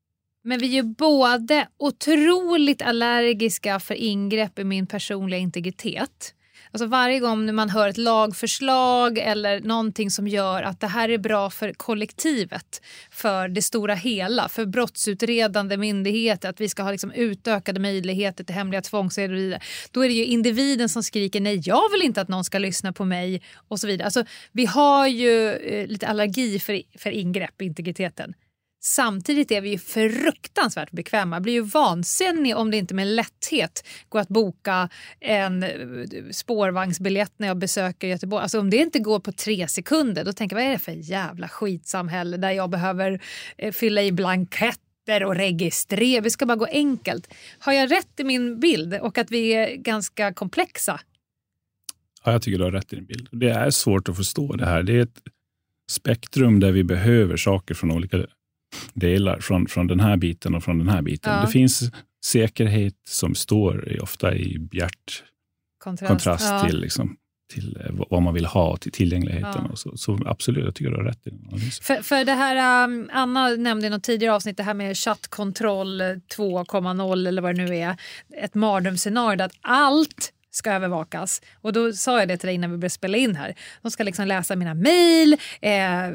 Men vi är ju både otroligt allergiska för ingrepp i min personliga integritet. Alltså varje gång man hör ett lagförslag eller någonting som gör att det här är bra för kollektivet, för det stora hela, för brottsutredande myndigheter, att vi ska ha liksom utökade möjligheter till hemliga tvångsmedel, då är det ju individen som skriker nej, jag vill inte att någon ska lyssna på mig och så vidare. Alltså vi har ju eh, lite allergi för, för ingrepp i integriteten. Samtidigt är vi ju fruktansvärt bekväma. Blir ju vansinnig om det inte med lätthet går att boka en spårvagnsbiljett när jag besöker Göteborg. Alltså om det inte går på tre sekunder, då tänker jag, vad är det för jävla skitsamhälle där jag behöver fylla i blanketter och registrera. Vi ska bara gå enkelt. Har jag rätt i min bild och att vi är ganska komplexa? Ja, jag tycker du har rätt i din bild. Det är svårt att förstå det här. Det är ett spektrum där vi behöver saker från olika delar, från, från den här biten och från den här biten. Ja. Det finns säkerhet som står ofta i bjärt kontrast, kontrast ja. till, liksom, till vad man vill ha, till tillgängligheten. Ja. Och så, så absolut, jag tycker du har rätt i den. För, för det här, um, Anna nämnde i något tidigare avsnitt det här med chattkontroll två komma noll eller vad det nu är. Ett mardrömsscenario att allt ska övervakas. Och då sa jag det till dig innan vi började spela in här. De ska liksom läsa mina mejl, eh,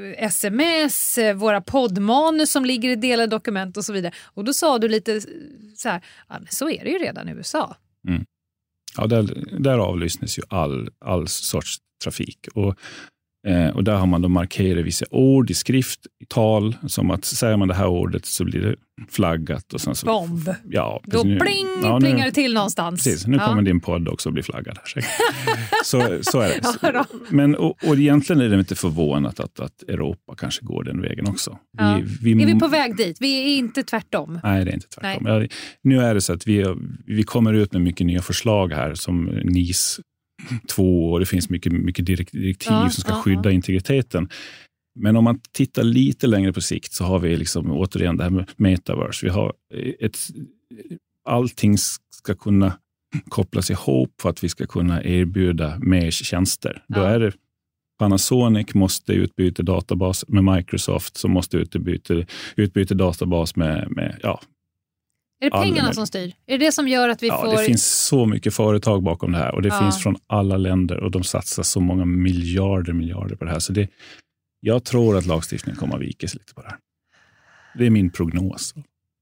sms, våra poddmanus som ligger i delade dokument och så vidare. Och då sa du lite så här, ja, men så är det ju redan i U S A. Mm. Ja, där, där avlyssnas ju all, all sorts trafik. Och, eh, och där har man då markerat vissa ord i skrift, i tal, som att säger man det här ordet så blir det flaggat. Och sen så, bomb. Ja, då nu, pling, ja, plingar det till någonstans. Precis, nu ja. kommer din podd också att bli flaggad här. så, så är det. Ja, men, och, och egentligen är det inte förvånat att, att Europa kanske går den vägen också. Ja. Vi, vi, är vi på väg dit? Vi är inte tvärtom. Nej, det är inte tvärtom. Ja, nu är det så att vi, vi kommer ut med mycket nya förslag här som NIS två och det finns mycket, mycket direktiv ja, som ska ja, skydda ja. integriteten. Men om man tittar lite längre på sikt så har vi liksom återigen det här med metaverse. Vi har ett, allting ska kunna kopplas ihop för att vi ska kunna erbjuda mer tjänster. Ja. Då är det Panasonic måste utbyta databas med Microsoft som måste utbyta, utbyta databas med, med ja. Är det pengarna med, som styr? Är det det som gör att vi ja, får... det finns så mycket företag bakom det här och det ja. finns från alla länder och de satsar så många miljarder miljarder på det här. Så det, jag tror att lagstiftningen kommer att vika sig lite på det här. Det är min prognos.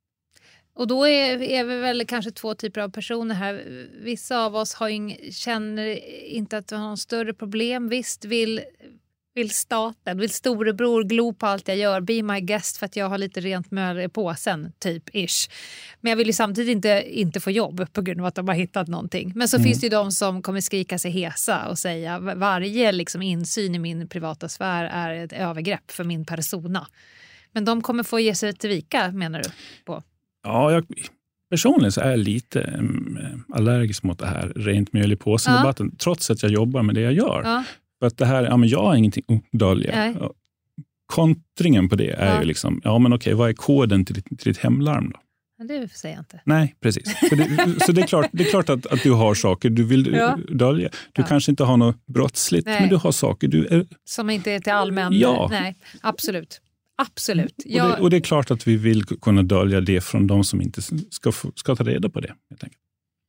Och då är, är vi väl kanske två typer av personer här. Vissa av oss har ing, känner inte att vi har någon större problem. Visst vill... Vill staten, vill storebror glo på allt jag gör, be my guest för att jag har lite rent möl i påsen, typ ish. Men jag vill ju samtidigt inte, inte få jobb på grund av att de har hittat någonting. Men så mm. finns det ju de som kommer skrika sig hesa och säga varje liksom insyn i min privata sfär är ett övergrepp för min persona. Men de kommer få ge sig till vika, menar du? På? Ja, jag, personligen så är jag lite um, allergisk mot det här rent möl i påsen-debatten, ja. trots att jag jobbar med det jag gör. Ja. För att det här, ja men jag har ingenting att dölja. Kontringen på det är ja. ju liksom, ja men okej, vad är koden till ditt, till ditt hemlarm då? Ja, det säger jag inte. Nej, precis. För det, så det är klart, det är klart att, att du har saker du vill ja. dölja. Du ja. kanske inte har något brottsligt, Nej. men du har saker du är... Som inte är till allmän... Ja. Nej, absolut. Absolut. Jag... Och, det, och det är klart att vi vill kunna dölja det från de som inte ska, ska ta reda på det, helt enkelt.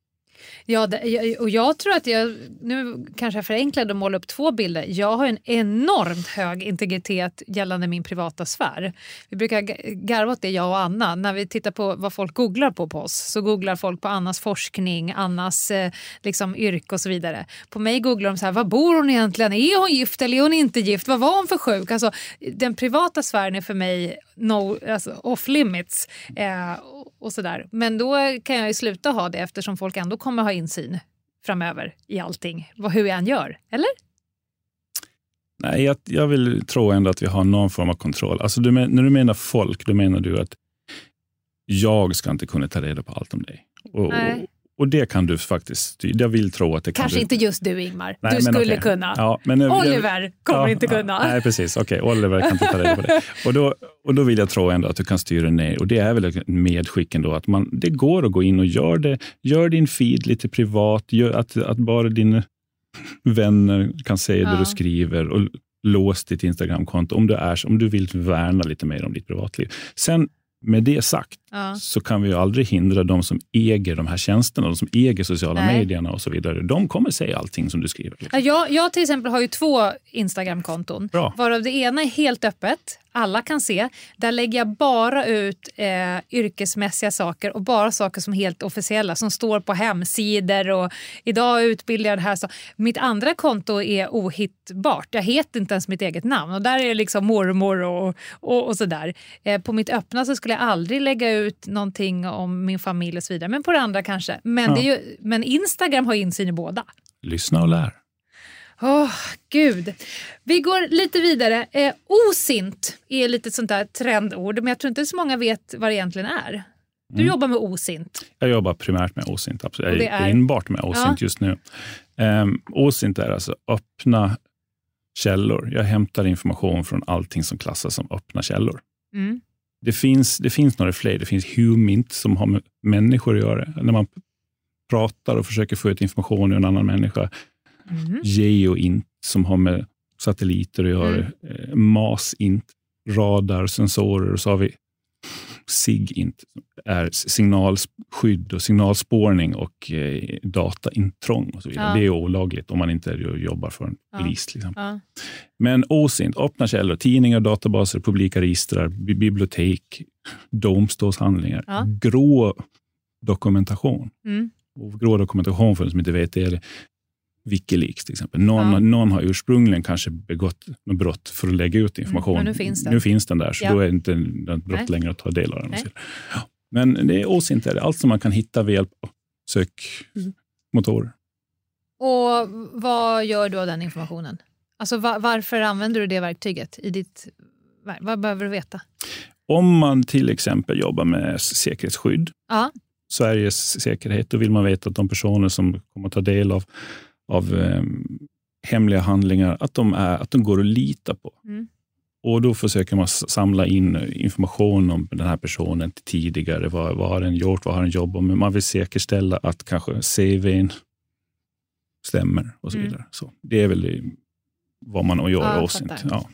Ja, det, och jag tror att jag, nu kanske jag förenklade och måla upp två bilder. Jag har en enormt hög integritet gällande min privata sfär. Vi brukar garva åt det, jag och Anna. När vi tittar på vad folk googlar på på oss så googlar folk på Annas forskning, Annas eh, liksom, yrke och så vidare. På mig googlar de så här, vad bor hon egentligen? Är hon gift eller är hon inte gift? Vad var hon för sjuk? Alltså, den privata sfären är för mig no, alltså, off limits eh, och sådär. Men då kan jag ju sluta ha det eftersom folk ändå kommer ha insyn framöver i allting. Hur jag än gör, eller? Nej, jag, jag vill tro ändå att vi har någon form av kontroll. Alltså du men, när du menar folk, då menar du att jag ska inte kunna ta reda på allt om dig. Och, Nej. och det kan du faktiskt, jag vill tro att det kan Kanske du. inte just du, Ingmar. Nej, du skulle okay. kunna. Ja, men, Oliver jag, kommer ja, inte kunna. Ja, nej, precis. Okej, okay, Oliver kan inte ta reda på det. Och då, och då vill jag tro ändå att du kan styra ner. Och det är väl ett medskick ändå att man, det går att gå in och gör det. Gör din feed lite privat. Gör att, att bara dina vänner kan se ja. det du skriver. Och lås ditt Instagramkonto om du, är, om du vill värna lite mer om ditt privatliv. Sen Med det sagt Ja. så kan vi ju aldrig hindra de som äger de här tjänsterna, de som äger sociala Nej. medierna och så vidare. De kommer säga allting som du skriver. Ja, Jag, jag till exempel har ju två Instagram-konton. Bra. Varav det ena är helt öppet. Alla kan se. Där lägger jag bara ut eh, yrkesmässiga saker och bara saker som är helt officiella. Som står på hemsidor och idag utbildar jag det här. Så. Mitt andra konto är ohittbart. Jag heter inte ens mitt eget namn. Och där är det liksom mormor och, och, och sådär. Eh, på mitt öppna så skulle jag aldrig lägga ut någonting om min familj och så vidare. Men på det andra kanske. Men, Ja. det är ju, men Instagram har insyn i båda. Lyssna och lär. Åh, oh, gud. Vi går lite vidare. Eh, osint är lite sånt där trendord, men jag tror inte så många vet vad det egentligen är. Du Mm. jobbar med osint. Jag jobbar primärt med osint. Absolut. Och det Jag är- är enbart med osint Ja. just nu. Um, osint är alltså öppna källor. Jag hämtar information från allting som klassas som öppna källor. Mm. Det finns, det finns några fler. Det finns Humint som har med människor att göra. När man pratar och försöker få ut information ur en annan människa. Mm. Geoint som har med satelliter att göra. Mm. Eh, Masint, radar, sensorer. Och så har vi Sigint, är signalskydd och signalspårning och eh, dataintrång och så vidare. Ja. Det är olagligt om man inte jobbar för en Ja. polis till exempel. Ja. Men osint, öppna källor, tidningar, databaser, publika register, bi- bibliotek, domstolshandlingar, Ja. grå dokumentation. Mm. Och grå dokumentation för de som inte vet det är Wikileaks till exempel. Någon, Ja. någon har ursprungligen kanske begått något brott för att lägga ut information. Mm, men nu finns den. Nu finns den där, så Ja. då är det inte ett brott Nej. längre att ta del av den. Nej. Ja. Men det är osint, är det. Allt som man kan hitta vid hjälp av sökmotorer. Och vad gör du av den informationen? Alltså va- varför använder du det verktyget i ditt verk? Vad behöver du veta? Om man till exempel jobbar med säkerhetsskydd, Ja. Sveriges säkerhet, då vill man veta att de personer som kommer att ta del av, av eh, hemliga handlingar, att de, är, att de går att lita på. Mm. Och då försöker man s- samla in information om den här personen tidigare. Vad, vad har den gjort, vad har den jobbat med? Man vill säkerställa att kanske C V:n stämmer och så Mm. vidare. Så det är väl det, vad man gör Ja, jag osint. fattar. Ja.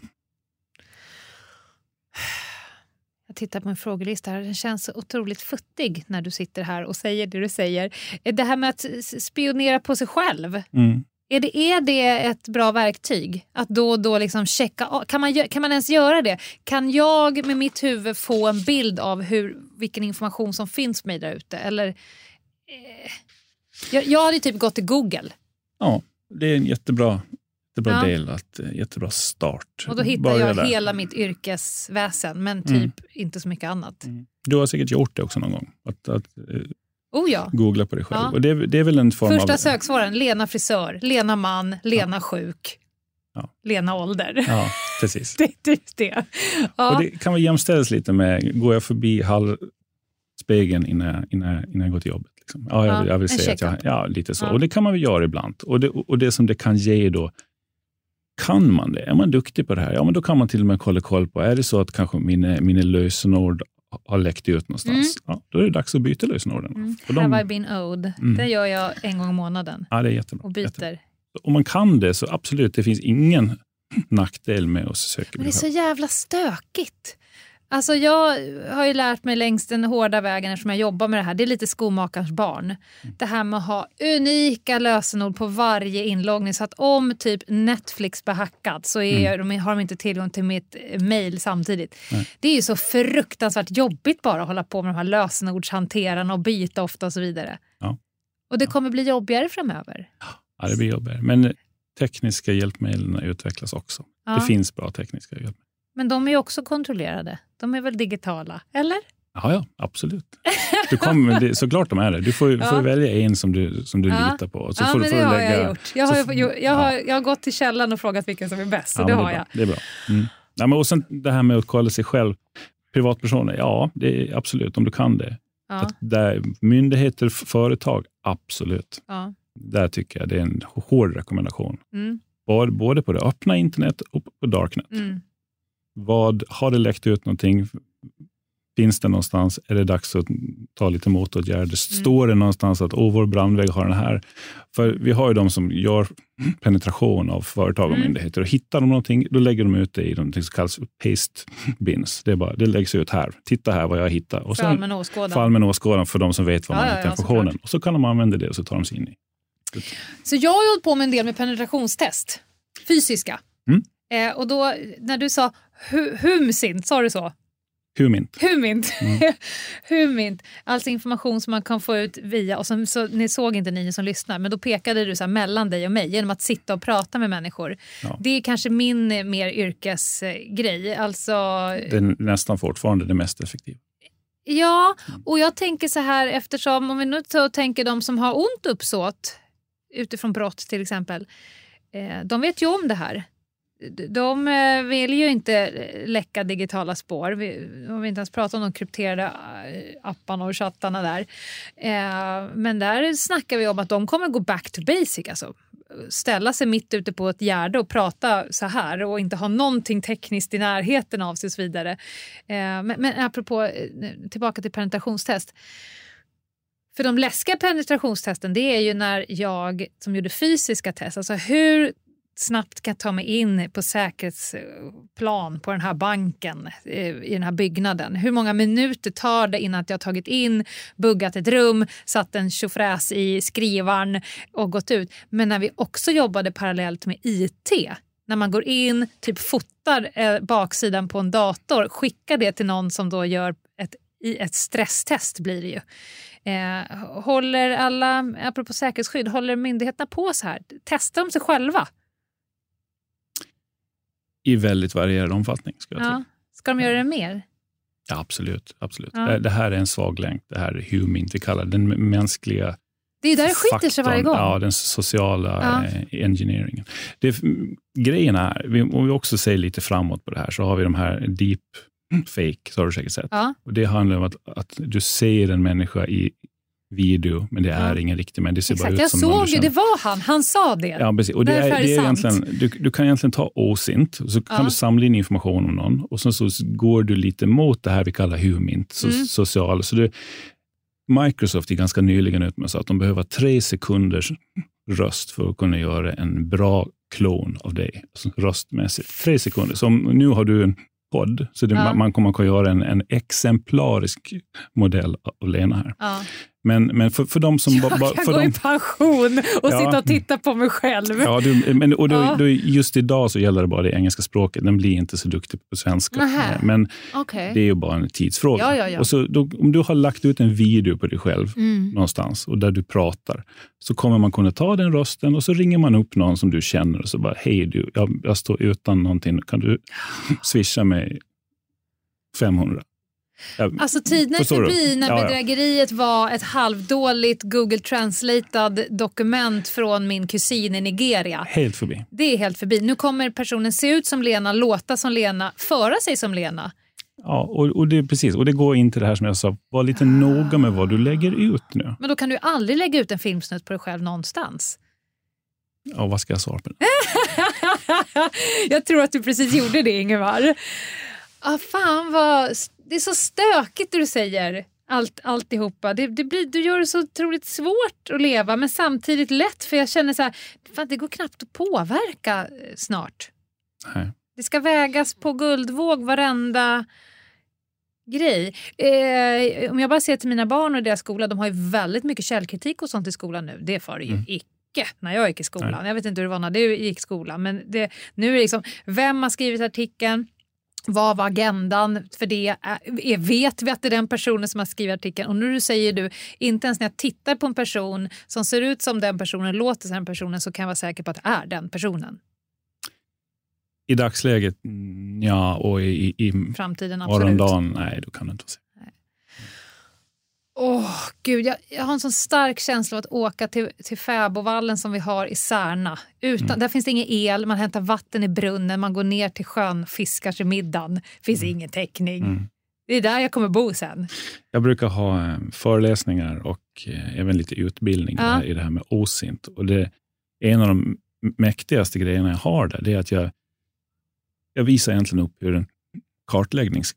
Jag tittar på en frågelista här. Den känns så otroligt futtig när du sitter här och säger det du säger. Det här med att s- spionera på sig själv. Mm. Är det, är det ett bra verktyg? Att då och då liksom checka av? Kan man, gö- kan man ens göra det? Kan jag med mitt huvud få en bild av hur, vilken information som finns på mig där ute? Eller, eh, jag, jag hade ju typ gått till Google. Ja, det är en jättebra, jättebra Ja. del, att, eh, jättebra start. Och då hittar Börja jag där. hela mitt yrkesväsen, men typ Mm. inte så mycket annat. Du har säkert gjort det också någon gång. Att, att eh, Oh ja. googla på dig själv. Ja. Och det, det är väl en form Första av... söksvaren, Lena frisör, Lena man, Lena sjuk, Ja. Lena ålder. Ja, precis. Det är typ det. Ja. Och det kan väl jämställas lite med, går jag förbi halvspegeln innan jag, innan jag, innan jag går till jobbet? Liksom. Ja, jag, Ja, vill- jag vill en säga att jag, check-up. ja, lite så. Ja. Och det kan man väl göra ibland. Och det, och det som det kan ge då, kan man det? Är man duktig på det här? Ja, men då kan man till och med kolla koll på, är det så att kanske mina, mina lösenord har läckt ut någonstans? Ja, då är det dags att byta lösenorden. Mm. Och de- Have I been owed? Mm. Det gör jag en gång i månaden Ja, det är jättebra. och byter. Jättebra. Om man kan det så absolut, det finns ingen nackdel med att söka. Men det är så jävla stökigt. Alltså jag har ju lärt mig längs den hårda vägen eftersom jag jobbar med det här. Det är lite skomakarens barn. Det här med att ha unika lösenord på varje inloggning. Så att om typ Netflix blir hackad så är Mm. de, har de inte tillgång till mitt eh, mail samtidigt. Nej. Det är ju så fruktansvärt jobbigt bara att hålla på med de här lösenordshanterarna och byta ofta och så vidare. Ja. Och det kommer bli jobbigare framöver. Ja, det blir jobbigare. Men tekniska hjälpmedel utvecklas också. Ja. Det finns bra tekniska hjälpmedel. Men de är ju också kontrollerade. De är väl digitala, eller? Ja, ja, absolut. Du kommer, det, såklart de är det. Du får, Ja. får välja en som du, som du Ja. litar på. Så Ja, får, men får det du har lägga, jag gjort. Jag har, så- ju- jag, har, jag har gått till källan och frågat vilken som är bäst. Så Ja, det men har är jag. bra. Det är bra. Mm. Ja, men och sen det här med att kolla sig själv. Privatpersoner, ja, det är absolut om du kan det. Ja, Att där, myndigheter, f- företag, absolut. ja. Där tycker jag det är en hård rekommendation. Mm, Både, både på det öppna internet och på darknet. mm. Vad, har det läckt ut någonting? Finns det någonstans? Är det dags att ta lite motåtgärder? Står mm. det någonstans att åh, vår brandvägg har den här? För vi har ju de som gör penetration av företag och mm. myndigheter. Och hittar de någonting, då lägger de ut det i någonting som kallas paste bins. Det, är bara, det läggs ut här. Titta här vad jag hittar. Och för allmän åskådan. För allmän åskådan för de som vet vad ja, man ja, hittar ja, informationen. Och så kan de använda det och så tar de sig in i. Så jag har hållit på med en del med penetrationstest. Fysiska. Mm. Eh, och då, när du sa hu- humsint, sa du så? Humint. Humint. Mm. Humint. Alltså information som man kan få ut via, och som, så, ni såg inte ni som lyssnar, men då pekade du så här mellan dig och mig genom att sitta och prata med människor. Ja. Det är kanske min mer yrkesgrej. Alltså, det är nästan fortfarande det mest effektiva. Ja, och jag tänker så här, eftersom om vi nu så tänker de som har ont uppsåt utifrån brott till exempel, eh, de vet ju om det här. De vill ju inte läcka digitala spår. Vi har inte ens pratat om de krypterade apparna och chattarna där. Men där snackar vi om att de kommer gå back to basic. Alltså ställa sig mitt ute på ett gärde och prata så här och inte ha någonting tekniskt i närheten av sig och så vidare. Men, men apropå, tillbaka till penetrationstest. För de läskiga penetrationstesten, det är ju när jag som gjorde fysiska test, alltså hur snabbt kan ta mig in på säkerhetsplan på den här banken i den här byggnaden. Hur många minuter tar det innan att jag tagit in, buggat ett rum, satt en tjofräs i skrivaren och gått ut. Men när vi också jobbade parallellt med I T, när man går in, typ fotar eh, baksidan på en dator, skickar det till någon som då gör ett, ett stresstest blir det ju. Eh, håller alla, apropå säkerhetsskydd, håller myndigheterna på så här? Testar de sig själva? I väldigt varierad omfattning, ska jag ja. tro. Ska de göra det mer? Ja, absolut. absolut. Ja. Det, det här är en svag länk. Det här är humint, vi kallar det. Den mänskliga det är där det skiter sig varje gång. Ja, den sociala ja. eh, engineeringen. Det, grejen är, vi, om vi också säger lite framåt på det här, så har vi de här deep fake, så har du säkert sett. Ja. Och det handlar om att, att du ser en människa i video, men det är ja. ingen riktig människa. Det ser Exakt, bara ut jag som såg ju, det var han, han sa det. Ja, precis. Och det är, det är egentligen, du, du kan egentligen ta osint, och så kan ja. du samla in information om någon, och sen så går du lite mot det här vi kallar humint, så, mm. social. Så det, Microsoft är ganska nyligen ut med så att de behöver tre sekunders röst för att kunna göra en bra klon av dig, alltså röstmässigt. Tre sekunder. Så nu har du en podd, så det, ja. man, man kommer att göra en, en exemplarisk modell av Lena här. Ja. Men, men för, för de som... Jag ba, kan för gå de, i pension och ja. sitta och titta på mig själv. Ja, du, men, och då, ja. då, just idag så gäller det bara det engelska språket. Den blir inte så duktig på svenska. Nähä. Men okay. det är ju bara en tidsfråga. Ja, ja, ja. Och så, då, om du har lagt ut en video på dig själv mm. någonstans och där du pratar, så kommer man kunna ta den rösten och så ringer man upp någon som du känner och så bara, hej du, jag, jag står utan någonting. Kan du swisha mig femhundra? Jag, alltså tiden är förbi när ja, bedrägeriet ja. var ett halvdåligt Google Translated dokument från min kusin i Nigeria. Helt förbi. Det är helt förbi. Nu kommer personen se ut som Lena, låta som Lena, föra sig som Lena. Ja, och, och det precis. Och det går in till det här som jag sa, var lite ah. noga med vad du lägger ut nu. Men då kan du aldrig lägga ut en filmsnutt på dig själv någonstans. Ja, vad ska jag svara på det? Jag tror att du precis gjorde det, Ingemar. Ah, fan vad... Det är så stökigt det du säger, allt, alltihopa. Det, det blir, du gör det så otroligt svårt att leva, men samtidigt lätt. För jag känner så här, fan, det går knappt att påverka snart. Nej. Det ska vägas på guldvåg varenda grej. Eh, om jag bara ser till mina barn och deras skola, de har ju väldigt mycket källkritik och sånt i skolan nu. Det får det ju mm. icke när jag gick i skolan. Nej. Jag vet inte hur det var när du gick i skolan, men det, nu är det liksom, vem har skrivit artikeln? Vad var agendan för det? Är, vet vi att det är den personen som har skrivit artikeln? Och nu säger du, inte ens när jag tittar på en person som ser ut som den personen, låter som den personen, så kan jag vara säker på att det är den personen. I dagsläget, ja, och i, i framtiden absolut. Morgondagen, nej, då kan det inte vara säkert. Åh, oh, gud, jag, jag har en sån stark känsla av att åka till, till Fäbovallen som vi har i Särna. Utan, mm. Där finns det ingen el, man hämtar vatten i brunnen, man går ner till sjön, fiskar till middagen. Finns mm. ingen täckning. Mm. Det är där jag kommer bo sen. Jag brukar ha eh, föreläsningar och eh, även lite utbildning ja. i det här med osint. Och det, en av de mäktigaste grejerna jag har där, det är att jag, jag visar egentligen upp hur en kartläggning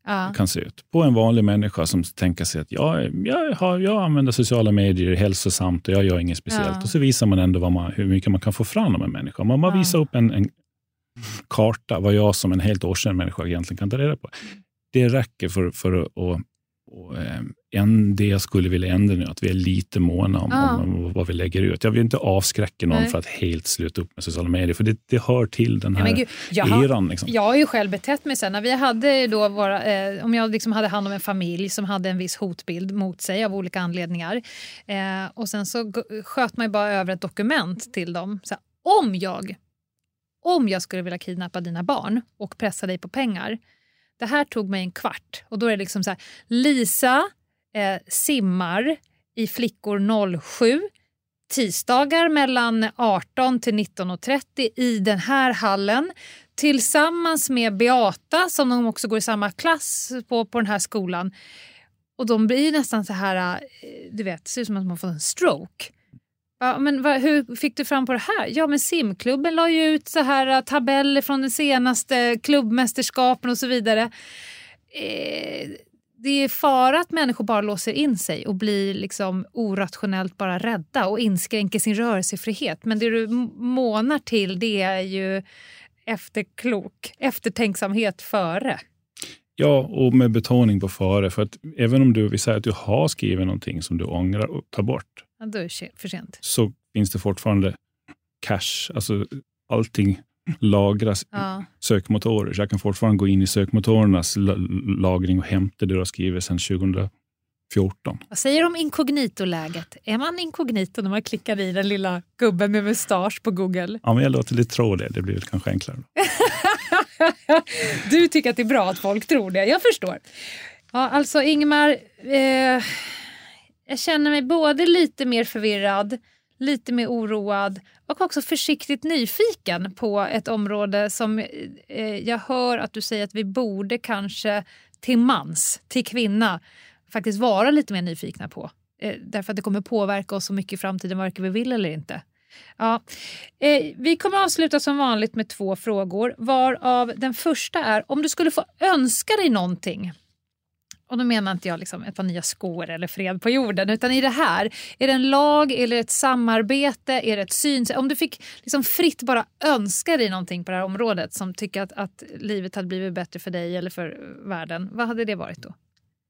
ja. kan se ut. På en vanlig människa som tänker sig att jag, jag, har, jag använder sociala medier hälsosamt och jag gör inget speciellt. Ja. Och så visar man ändå vad man, hur mycket man kan få fram av en människa. Man bara ja. visar upp en, en karta vad jag som en helt årskänd människa egentligen kan ta reda på. Det räcker för, för att och, och, en, det jag skulle vilja ändra nu, att vi är lite måna om, ja. om vad vi lägger ut. Jag vill inte avskräcka någon Nej. för att helt sluta upp med sociala medier, för det, det hör till den här ja, Gud, jag eran. Har, liksom. Jag har ju själv betett mig sen. När vi hade då våra, eh, om jag liksom hade hand om en familj som hade en viss hotbild mot sig av olika anledningar. Eh, och sen så g- sköt man ju bara över ett dokument till dem. Så här, om jag, om jag skulle vilja kidnappa dina barn och pressa dig på pengar. Det här tog mig en kvart. Och då är det liksom så här, Lisa eh, simmar i flickor noll sju. Tisdagar mellan arton till nitton och trettio i den här hallen. Tillsammans med Beata som de också går i samma klass på, på den här skolan. Och de blir ju nästan så här, du vet, det ser ut som att man får en stroke. Ja, men vad, hur fick du fram på det här? Ja, men simklubben la ju ut så här tabeller från den senaste klubbmästerskapen och så vidare. Eh, det är fara att människor bara låser in sig och blir liksom orationellt bara rädda och inskränker sin rörelsefrihet. Men det du månar till, det är ju efterklok, eftertänksamhet före. Ja, och med betoning på före. För att även om du vill säga att du har skrivit någonting som du ångrar och tar bort. Ja, då är det för sent. Så finns det fortfarande cache. Alltså allting lagras ja. sökmotorer. Så jag kan fortfarande gå in i sökmotorernas lagring och hämta det du har skrivit sedan tjugo fjorton. Vad säger du om inkognito-läget? Är man inkognito när man klickar i den lilla gubben med mustasch på Google? Ja, men jag låter lite tro det. Det blir kanske enklare. Du tycker att det är bra att folk tror det. Jag förstår. Ja, alltså Ingemar, eh, jag känner mig både lite mer förvirrad, lite mer oroad och också försiktigt nyfiken på ett område som eh, jag hör att du säger att vi borde kanske till mans, till kvinna, faktiskt vara lite mer nyfikna på. Eh, därför att det kommer påverka oss så mycket i framtiden, varken vi vill eller inte. Ja. Eh, vi kommer avsluta som vanligt med två frågor. Varav den första är, om du skulle få önska dig någonting. Och då menar inte jag liksom ett par nya skor eller fred på jorden. Utan i det här, är det en lag eller ett samarbete? Är det ett synsätt? Om du fick liksom fritt bara önska dig någonting på det här området som tycker att, att livet hade blivit bättre för dig eller för världen. Vad hade det varit då?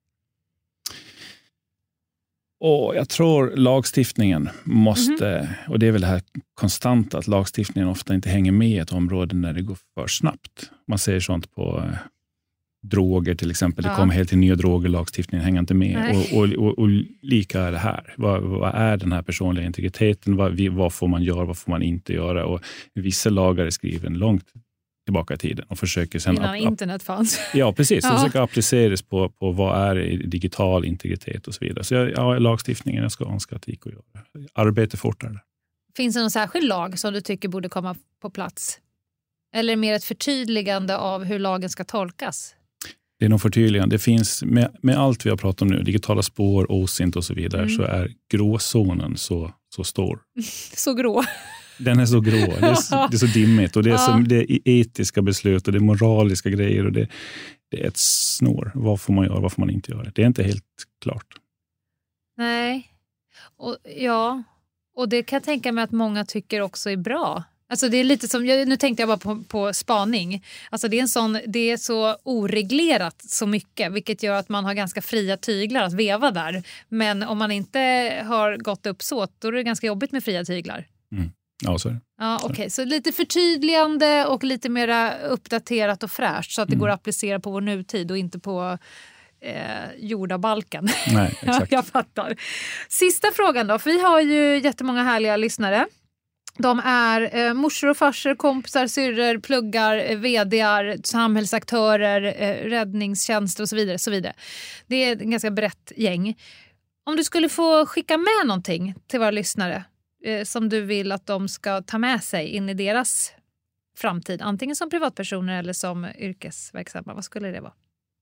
Och jag tror lagstiftningen måste, mm-hmm. och det är väl det här konstanta att lagstiftningen ofta inte hänger med i ett område när det går för snabbt. Man ser sånt på eh, droger till exempel. Ja. Det kommer helt till nya droger, lagstiftningen hänger inte med. Och, och, och, och lika är det här. Vad, vad är den här personliga integriteten? Vad, vad får man göra, vad får man inte göra? Och vissa lagar är skriven långt tillbaka i tiden och försöker sen innan app- internet fanns. Ja, precis. Ja. Och försöker appliceras på, på vad är digital integritet och så vidare. Så jag, ja, lagstiftningen jag ska önska att det gick att göra. Arbete fortare. Finns det någon särskild lag som du tycker borde komma på plats? Eller mer ett förtydligande av hur lagen ska tolkas? Det är nog förtydligande. Det finns med, med allt vi har pratat om nu, digitala spår, osint och så vidare, mm. så är gråzonen så, så stor. Så grå. Den är så grå, det är så, det är så dimmigt och det är, så, det är etiska beslut och det är moraliska grejer och det, det är ett snår. Vad får man göra, vad får man inte göra? Det är inte helt klart. Nej, och, ja, och det kan jag tänka mig att många tycker också är bra. Alltså det är lite som, nu tänkte jag bara på, på spaning. Alltså det är, en sån, det är så oreglerat så mycket, vilket gör att man har ganska fria tyglar att veva där. Men om man inte har gått upp så, då är det ganska jobbigt med fria tyglar. Mm. Ja, så är det. Ja, okej. Okay. Så lite förtydligande och lite mer uppdaterat och fräscht så att det mm. går att applicera på vår nutid och inte på eh, jordabalken. Nej, exakt. Jag fattar. Sista frågan då, för vi har ju jättemånga härliga lyssnare. De är eh, morsor och farsor, kompisar, syrror, pluggar, eh, vdar, samhällsaktörer, eh, räddningstjänster och så vidare, så vidare. Det är ett ganska brett gäng. Om du skulle få skicka med någonting till våra lyssnare eh, som du vill att de ska ta med sig in i deras framtid, antingen som privatpersoner eller som yrkesverksamma, vad skulle det vara?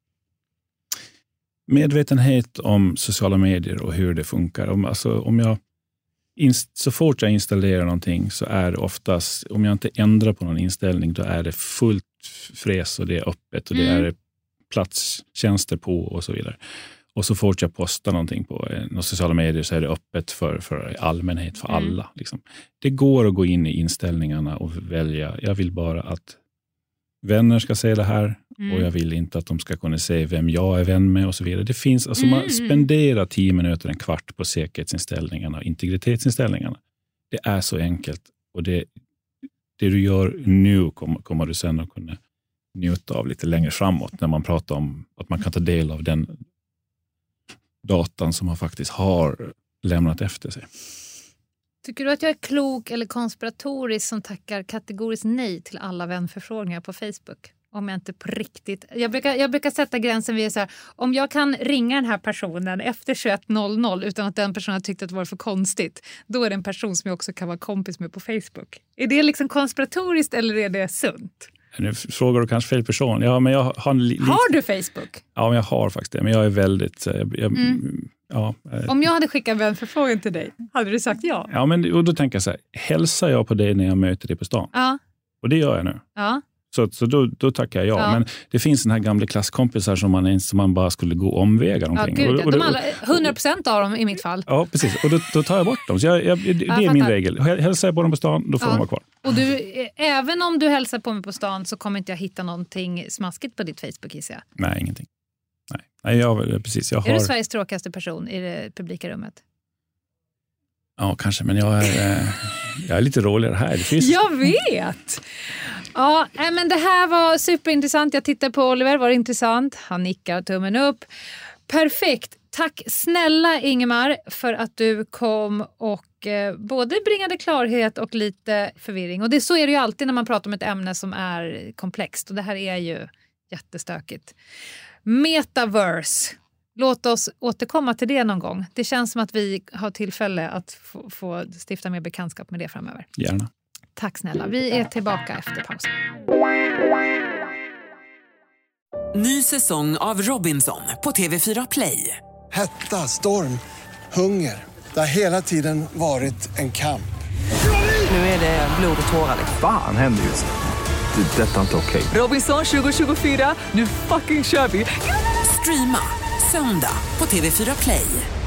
Medvetenhet om sociala medier och hur det funkar. Om, alltså, om jag så fort jag installerar någonting så är det oftast, om jag inte ändrar på någon inställning, då är det fullt fräs och det är öppet och det mm. är platstjänster på och så vidare. Och så fort jag postar någonting på eh, sociala medier så är det öppet för, för allmänhet, för mm. alla. Liksom. Det går att gå in i inställningarna och välja. Jag vill bara att vänner ska se det här mm. och jag vill inte att de ska kunna se vem jag är vän med och så vidare. Det finns, alltså mm. man spenderar tio minuter, en kvart på säkerhetsinställningarna och integritetsinställningarna. Det är så enkelt och det, det du gör nu kommer, kommer du sen att kunna njuta av lite längre framåt när man pratar om att man kan ta del av den datan som man faktiskt har lämnat efter sig. Tycker du att jag är klok eller konspiratorisk som tackar kategoriskt nej till alla vänförfrågningar på Facebook? Om jag inte på riktigt... Jag brukar, jag brukar sätta gränsen vid så här, om jag kan ringa den här personen efter tjugoett noll noll utan att den personen tyckte att det var för konstigt, då är det en person som jag också kan vara kompis med på Facebook. Är det liksom konspiratoriskt eller är det sunt? Nu frågar du kanske fel person. Ja, men jag har, en li- har du Facebook? Ja, men jag har faktiskt det. Men jag är väldigt... Jag, jag, mm. ja, om jag hade skickat en vänförfrågan till dig, hade du sagt ja? Ja, men och då tänker jag så här. Hälsar jag på dig när jag möter dig på stan? Ja. Och det gör jag nu. Ja. Så, så då, då tackar jag ja. ja. Men det finns den här gamla klasskompisar som man, som man bara skulle gå omvägar omkring. Ja, gud, och, och, de alla, hundra procent av dem i mitt fall. Ja, precis. Och då, då tar jag bort dem. Så jag, jag, det ja, är jag min fattar. regel. Hälsar jag på dem på stan, då får ja. de vara kvar. Och du, även om du hälsar på mig på stan så kommer inte jag hitta någonting smaskigt på ditt Facebook, gissar jag. Nej, ingenting. Nej, Nej jag, precis. Jag är har... du Sveriges tråkigaste person i det publika rummet? Ja, kanske. Men jag är, jag är lite roligare här. Det finns... Jag vet! Ja, men det här var superintressant. Jag tittar på Oliver, var det intressant? Han nickar och tummen upp. Perfekt. Tack snälla Ingemar för att du kom och eh, både bringade klarhet och lite förvirring. Och det, så är det ju alltid när man pratar om ett ämne som är komplext. Och det här är ju jättestökigt. Metaverse. Låt oss återkomma till det någon gång. Det känns som att vi har tillfälle att få, få stifta mer bekantskap med det framöver. Gärna. Tack snälla. Vi är tillbaka efter pausen. Ny säsong av Robinson på T V fyra Play. Hetta, storm, hunger. Det har hela tiden varit en kamp. Nu är det blod och tårar. Fan händer just det. Det är detta inte okej. Robinson tjugo tjugofyra, nu fucking kör vi. Streama söndag på T V fyra Play.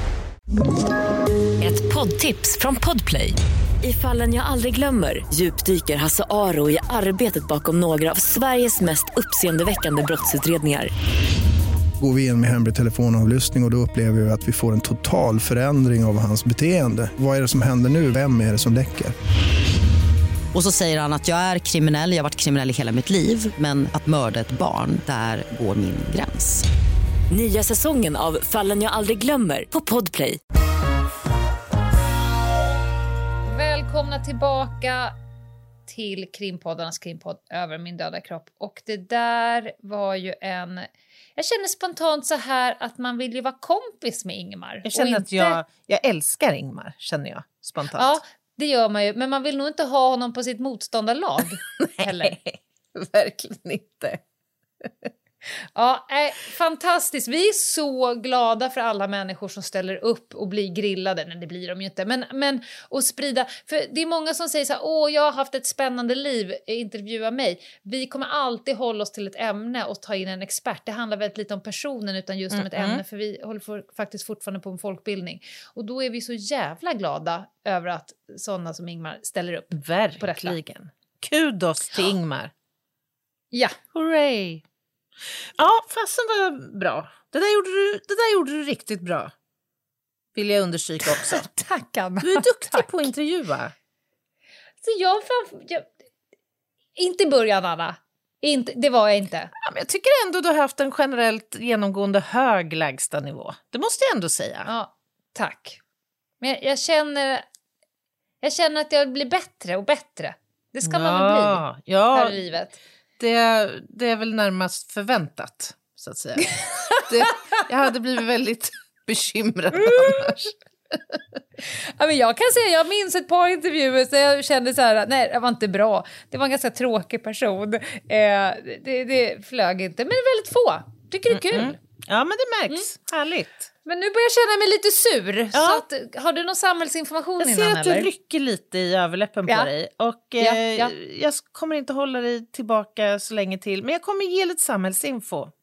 Ett poddtips från Podplay. I Fallen jag aldrig glömmer djupdyker Hasse Aro i arbetet bakom några av Sveriges mest uppseendeväckande brottsutredningar. Går vi in med hemlig telefonavlyssning och, och då upplever vi att vi får en total förändring av hans beteende. Vad är det som händer nu? Vem är det som läcker? Och så säger han att jag är kriminell, jag har varit kriminell i hela mitt liv. Men att mörda ett barn, där går min gräns. Nya säsongen av Fallen jag aldrig glömmer på Podplay. Välkomna tillbaka till krimpoddarnas krimpodd Över min döda kropp. Och det där var ju en... Jag känner spontant så här att man vill ju vara kompis med Ingmar. Jag känner inte... att jag, jag älskar Ingmar, känner jag spontant. Ja, det gör man ju. Men man vill nog inte ha honom på sitt motståndarlag. Nej, verkligen inte. Ja, eh, fantastiskt. Vi är så glada för alla människor som ställer upp och blir grillade. Nej, det blir de ju inte. Men, men och sprida. För det är många som säger så här, åh, jag har haft ett spännande liv, intervjua mig. Vi kommer alltid hålla oss till ett ämne och ta in en expert. Det handlar väldigt lite om personen utan just mm, om ett mm. ämne. För vi håller för, faktiskt fortfarande på en folkbildning. Och då är vi så jävla glada över att sådana som Ingmar ställer upp. Verkligen. Kudos till Ingmar. Ja. Hurray. Ja, fasen var bra. Det där gjorde du, det där gjorde du riktigt bra. Vill jag understryka också. Tack, Anna. Du är duktig Tack. på att intervjua. Så jag, framför, jag inte i början, Anna. Inte, det var jag inte. Ja, men jag tycker ändå du har haft en generellt genomgående hög lägsta nivå. Det måste jag ändå säga. Ja, tack. Men jag, jag känner jag känner att jag blir bättre och bättre. Det ska ja, man väl bli ja. här i livet. Det, det är väl närmast förväntat, så att säga. Det, jag hade blivit väldigt bekymrad annars. Ja, men jag kan säga, jag minns ett par intervjuer så jag kände så här, nej, det var inte bra. Det var en ganska tråkig person. Eh, det, det flög inte, men väldigt få. Tycker det är kul. Mm-mm. Ja, men det märks. Mm. Härligt. Men nu börjar jag känna mig lite sur. Ja. Så att, har du någon samhällsinformation jag innan? Jag ser att eller? du rycker lite i överläppen ja. på dig. Och eh, ja, ja. jag kommer inte hålla dig tillbaka så länge till. Men jag kommer ge lite samhällsinfo.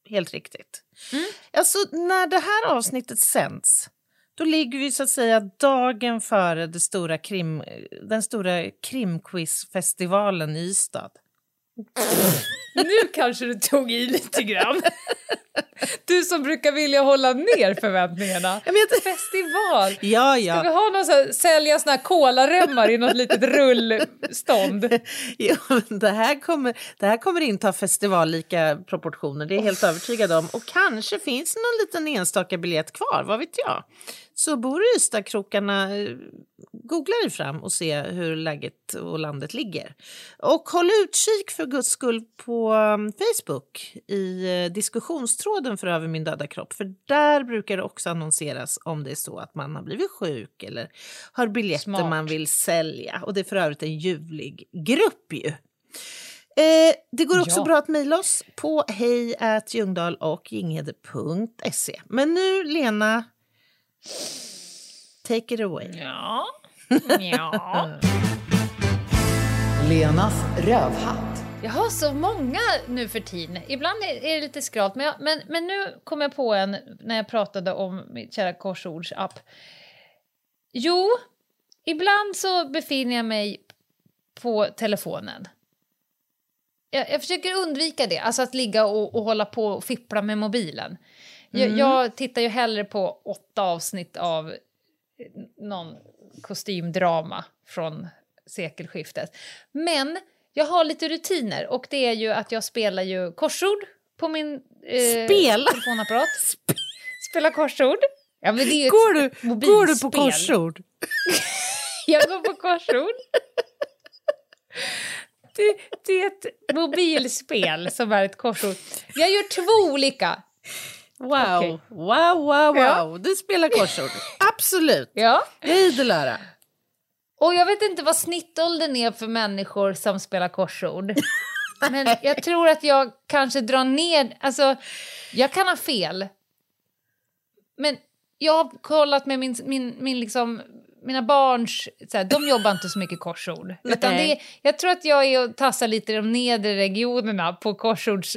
helt riktigt. Mm. Alltså, när det här avsnittet sänds, då ligger vi så att säga dagen före det stora krim, den stora krimquizfestivalen i Ystad. Nu kanske du tog i lite grann. Du som brukar vilja hålla ner förväntningarna. Festival. Ja, ja. Ska vi ha någon så här, sälja såna här kolaremmar i något litet rullstånd? Ja, men det här kommer det här kommer inte ha festivallika proportioner. Det är jag helt övertygad om. Och kanske finns någon liten enstaka biljett kvar, vad vet jag. Så bor i Ystadkrokarna, googla dig fram och se hur läget och landet ligger. Och håll utkik för Guds skull på Facebook i diskussionstråden för Över min döda kropp. För där brukar det också annonseras om det är så att man har blivit sjuk eller har biljetter Smart. man vill sälja. Och det är för övrigt en ljuvlig grupp ju. Eh, det går också ja. bra att mejla oss på hej at ljungdahl och ginghede punkt se. Men nu, Lena, take it away. Ja. Ja. Lenas rövhatt. Jag har så många nu för tiden. Ibland är det lite skralt. Men, jag, men, men nu kom jag på en när jag pratade om mitt kära korsordsapp. Jo, ibland så befinner jag mig på telefonen. Jag, jag försöker undvika det. Alltså att ligga och, och hålla på och fippla med mobilen. Mm. Jag, jag tittar ju hellre på åtta avsnitt av någon kostymdrama från sekelskiftet. Men jag har lite rutiner och det är ju att jag spelar ju korsord på min eh, telefonapparat. Sp- Spela korsord. Ja, men det är ju går, du, går du på korsord? Jag går på korsord. Det, det är ett mobilspel som är ett korsord. Jag gör två olika. Wow, okay. wow, wow, wow. Ja. Du spelar korsord. Absolut. Ja. Jag är idel öra. Och jag vet inte vad snittåldern är för människor som spelar korsord. Men jag tror att jag kanske drar ner... Alltså, jag kan ha fel. Men jag har kollat med min, min, min liksom, mina barns... Så här, de jobbar inte så mycket korsord. Utan det är, jag tror att jag är och tassar lite i de nedre regionerna på korsords...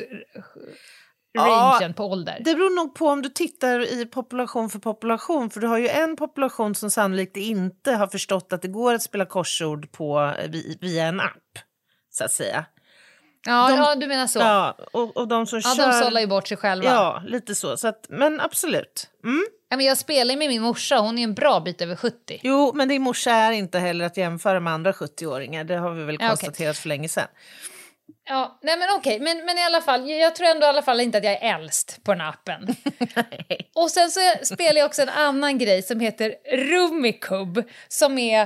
rangen ja, på ålder. Det beror nog på om du tittar i population för population. För du har ju en population som sannolikt inte har förstått att det går att spela korsord på, via en app, så att säga. Ja, de, ja du menar så. Ja, och, och de som ja, kör... de sållar ju bort sig själva. Ja, lite så. så att, men absolut. Mm. Ja, men jag spelar med min morsa, hon är en bra bit över sjuttio. Jo, men din morsa är inte heller att jämföra med andra sjuttio-åringar. Det har vi väl konstaterat ja, okay. för länge sedan. Ja, nej men okej, men, men i alla fall, jag tror ändå i alla fall inte att jag är äldst på den appen. Och sen så spelar jag också en annan grej som heter Rummikub, som är,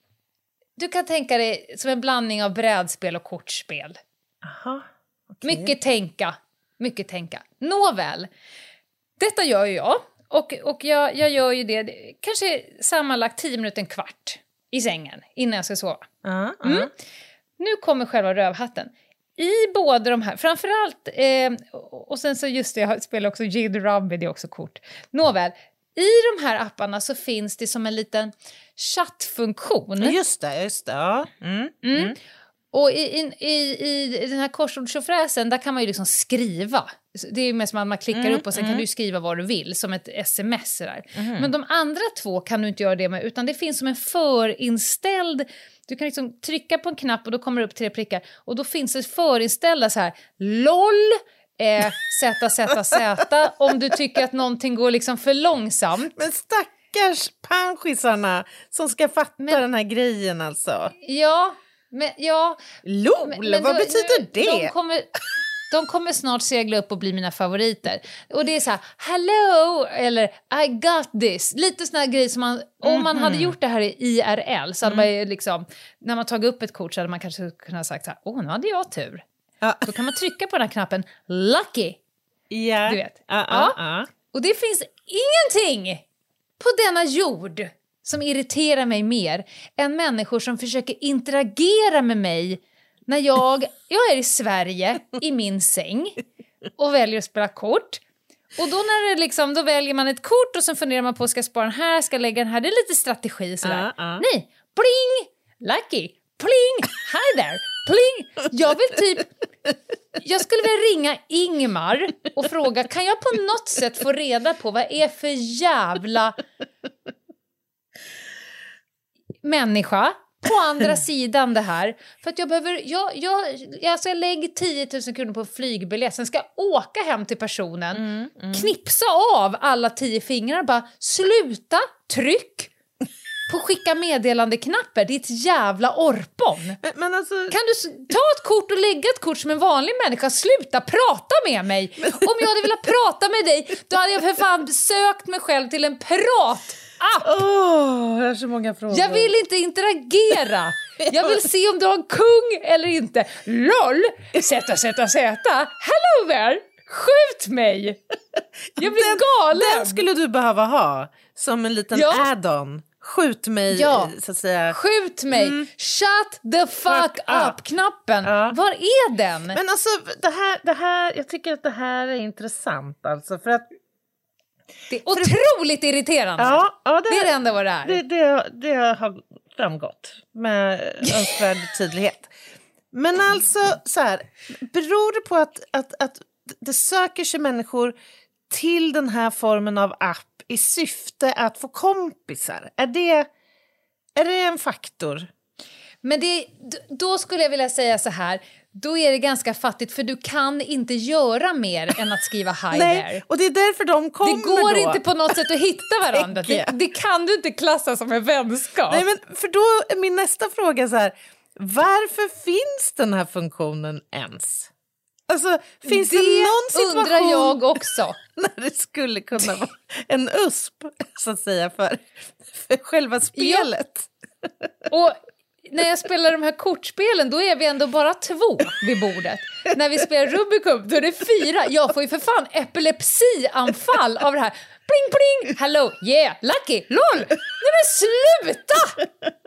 du kan tänka dig som en blandning av brädspel och kortspel. Aha, okay. Mycket tänka, mycket tänka. Nåväl, detta gör ju jag, och, och jag, jag gör ju det kanske sammanlagt tio minuter, en kvart i sängen innan jag ska sova. Uh-huh. Mm. Nu kommer själva rövhatten. I båda de här, framförallt, eh, och sen så just det, jag spelar också Jade Rumby, det är också kort. Nåväl, i de här apparna så finns det som en liten chattfunktion. Just det, just det, ja. Mm, mm. Mm. Och i, i, i den här korsordstjofräsen, där kan man ju liksom skriva. Det är ju mest som att man klickar mm, upp och sen mm. kan du skriva vad du vill, som ett sms där. Mm. Men de andra två kan du inte göra det med, utan det finns som en förinställd... Du kan liksom trycka på en knapp och då kommer det upp tre prickar. Och då finns det förinställda så här, LOL, eh, Z, Z, Z, om du tycker att någonting går liksom för långsamt. Men stackars panschisarna som ska fatta men, den här grejen alltså. Ja, men ja. LOL, men, men vad då, betyder nu, det? De kommer... De kommer snart segla upp och bli mina favoriter. Och det är så här, hello, eller I got this. Lite såna här grejer som man, mm-hmm. om man hade gjort det här i I R L så hade mm. man ju liksom, när man tagit upp ett kort så hade man kanske kunnat sagt så här, åh, nu hade jag tur. Ja. Då kan man trycka på den här knappen, lucky. Yeah. Du vet. Uh, uh, ja. uh. Och det finns ingenting på denna jord som irriterar mig mer än människor som försöker interagera med mig när jag, jag är i Sverige i min säng och väljer att spela kort. Och då när det liksom, då väljer man ett kort och så funderar man på, ska jag spara den här, ska jag lägga den här. Det är lite strategi sådär. Uh, uh. Nej, pling, lucky, pling, hi there, pling. Jag vill typ, Jag skulle vilja ringa Ingmar och fråga, kan jag på något sätt få reda på vad är för jävla människa på andra sidan det här? För att jag behöver, jag, jag, alltså jag lägger tio tusen kronor på flygbiljett, sen ska jag åka hem till personen, mm, mm. knipsa av alla tio fingrar, bara sluta, tryck på skicka meddelande-knappar, ditt jävla orpon. Men, men alltså... Kan du ta ett kort och lägga ett kort som en vanlig människa? Sluta prata med mig. Om jag hade velat prata med dig, då hade jag för fan sökt mig själv till en prat. Åh, oh, jag har så många frågor. Jag vill inte interagera. Jag vill se om du har en kung eller inte. LOL, sätta, sätta, sätta. Hello there, skjut mig. Jag blir den, galen. Den skulle du behöva ha som en liten ja. add-on. Skjut mig, ja. så att säga. Skjut mig. Mm. Shut the fuck, fuck up-knappen. Ja. Var är den? Men alltså, det här, det här, jag tycker att det här är intressant. Alltså, för att... Det är otroligt irriterande. Ja, ja, det, det är det enda vad det är. Det, det, det har framgått med önskvärd tydlighet. Men alltså, så här, beror det på att, att, att det söker sig människor till den här formen av app i syfte att få kompisar? Är det, är det en faktor? Men det, då skulle jag vilja säga så här, då är det ganska fattigt, för du kan inte göra mer än att skriva hi Nej, there. Och det är därför de kommer. Det går då. inte på något sätt att hitta varandra. det, det kan du inte klassa som en vänskap. Nej, men för då är min nästa fråga så här, varför finns den här funktionen ens? Alltså, finns det, det någon situation undrar jag också. När det skulle kunna vara en U S P, så att säga, för, för själva spelet? Ja. Och när jag spelar de här kortspelen, då är vi ändå bara två vid bordet. När vi spelar Rubik's Cube, då är det fyra. Jag får ju för fan epilepsianfall av det här. Pling, pling, hello, yeah, lucky, lol. Nej men sluta!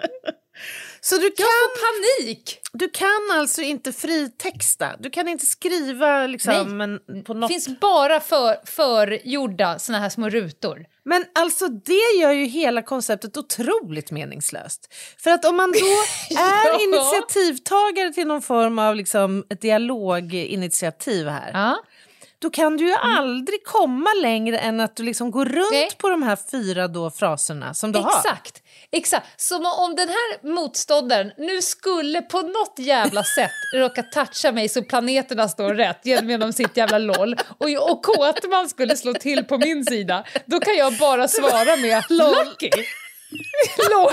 Så du kan, jag får panik. Du kan alltså inte fritexta. Du kan inte skriva liksom en, på något. Det finns bara för, förgjorda såna här små rutor. Men alltså det gör ju hela konceptet otroligt meningslöst. För att om man då är ja. initiativtagare till någon form av liksom ett dialoginitiativ här. Ja. Då kan du ju mm. aldrig komma längre än att du liksom går runt Nej. på de här fyra då fraserna som du Exakt. har. Exakt. Exakt. Som om den här motståndaren nu skulle på något jävla sätt råka toucha mig så planeterna står rätt genom sitt jävla LOL. Och, och Kåtman skulle slå till på min sida. Då kan jag bara svara med Lucky. LOL.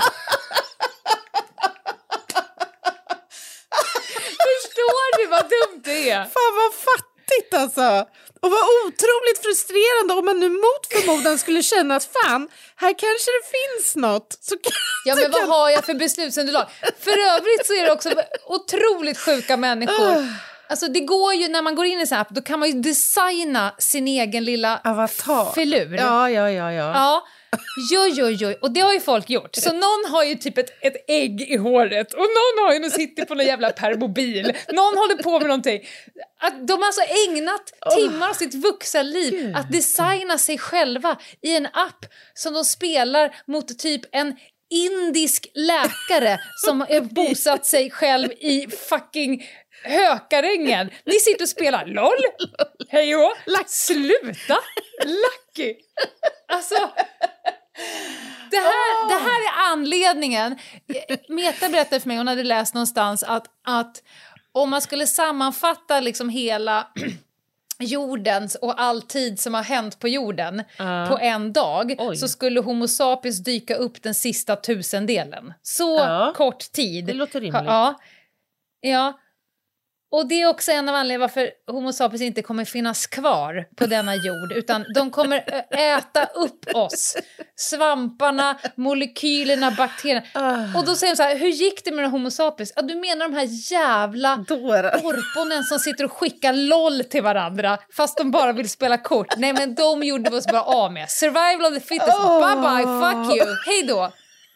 Förstår du vad dumt det är? Fan vad fattigt alltså. Och vad otroligt frustrerande om man nu mot förmodan skulle känna att fan, här kanske det finns något. Så kan, ja, men så vad kan... har jag för beslutsunderlag? För övrigt så är det också otroligt sjuka människor. Uh. Alltså det går ju, när man går in i en sån här app, då kan man ju designa sin egen lilla avatar. Filur. Ja, ja, ja, ja. Ja. Jo, jo, jo. Och det har ju folk gjort. Så någon har ju typ ett, ett ägg i håret. Och någon har ju nu sitter på någon jävla permobil. Någon håller på med någonting. Att de har alltså ägnat timmar av sitt vuxna liv att designa sig själva i en app som de spelar mot typ en indisk läkare som har bosatt sig själv i fucking Hökarängen. Ni sitter och spelar LOL. Hejå. Sluta. Lucky. Alltså det här, det här är anledningen. Meta berättade för mig, hon hade läst någonstans att, att om man skulle sammanfatta liksom hela jordens och all tid som har hänt på jorden uh. på en dag, Oj. så skulle Homo sapiens dyka upp den sista tusendelen. Så uh. kort tid. Det låter rimligt. Ja. Ja. Och det är också en av anledningarna varför Homo sapiens inte kommer finnas kvar på denna jord, utan de kommer äta upp oss. Svamparna, molekylerna, bakterierna. Uh. Och då säger de så här, hur gick det med Homo sapiens? Ja, du menar de här jävla orponen som sitter och skickar LOL till varandra fast de bara vill spela kort. Nej, men de gjorde vi oss bara av med. Survival of the fittest, oh. bye bye, fuck you, hej då.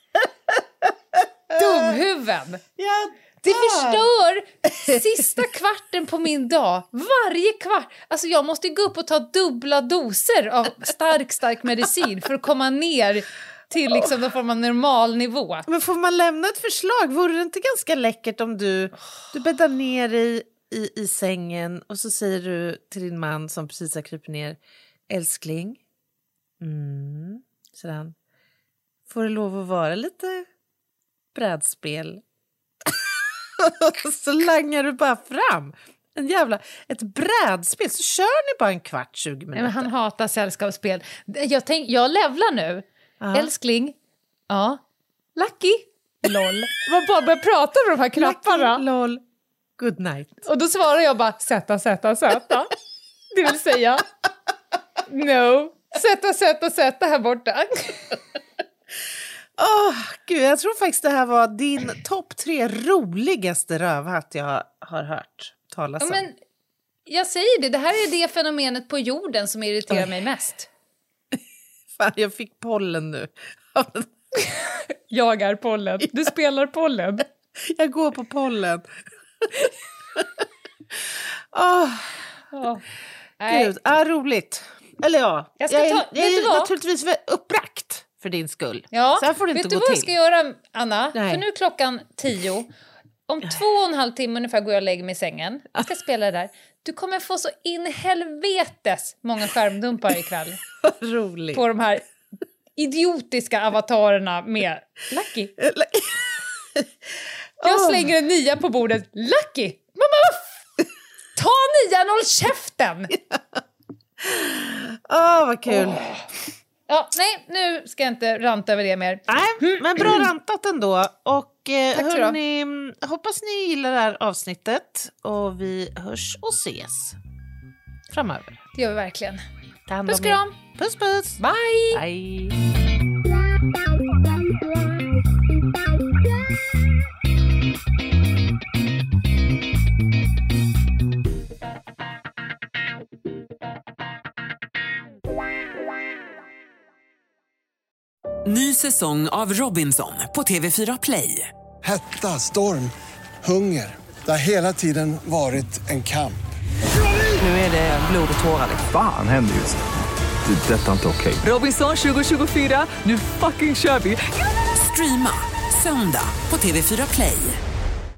Dumhuvuden. Ja. Det förstör sista kvarten på min dag. Varje kvart. Alltså jag måste gå upp och ta dubbla doser av stark, stark medicin för att komma ner till liksom någon form av normal nivå. Men får man lämna ett förslag? Vore det inte ganska läckert om du, du bäddar ner i, i, i sängen och så säger du till din man som precis har krypit ner, älskling, mm, sådär, får det lov att vara lite brädspel? Så langar du bara fram en jävla, ett brädspel, så kör ni bara en kvart, tjugo minuter. Men han hatar sällskapsspel. Jag, tänk, jag levlar nu. Aha. Älskling, ja, Lucky, lol. Man bara börjar prata med de här knapparna. Lucky, lol, good night. Och då svarar jag bara, sätta, sätta, sätta. Det vill säga, no, sätta, sätta, sätta här borta. Åh, oh, gud, jag tror faktiskt det här var din topp tre roligaste rövhatt jag har hört talas om. Ja, men jag säger det, det här är det fenomenet på jorden som irriterar oh. mig mest. Fan, jag fick pollen nu. Jag är pollen. Du spelar pollen. Jag går på pollen. Åh, oh. oh. Gud, ah, roligt. Eller ja, jag, ska ta, jag, jag är vad? naturligtvis uppbrakt för din skull. Ja, så här får det inte vet du gå vad till. Jag ska göra, Anna? Nej. För nu är klockan tio. Om två och en halv timme ungefär går jag och lägger mig i sängen. Jag ska spela det där. Du kommer få så in helvetes många skärmdumpar ikväll. Roligt. På de här idiotiska avatarerna med Lucky. Jag slänger en nia på bordet. Lucky! Mamma, ta nian, håll käften! Åh, oh, vad kul. Oh. Ja, nej, nu ska jag inte ranta över det mer. Nej, men bra rantat ändå. Och eh, hörni, hoppas ni gillar det här avsnittet. Och vi hörs och ses framöver. Det gör vi verkligen. Puss kram. Puss puss. Bye. Bye. Ny säsong av Robinson på T V fyra Play. Hetta, storm, hunger. Det har hela tiden varit en kamp. Nu är det blod och tårar. Fan, händer just det. Det är detta inte okej. Robinson tjugo tjugofyra, nu fucking kör vi. Streama söndag på T V fyra Play.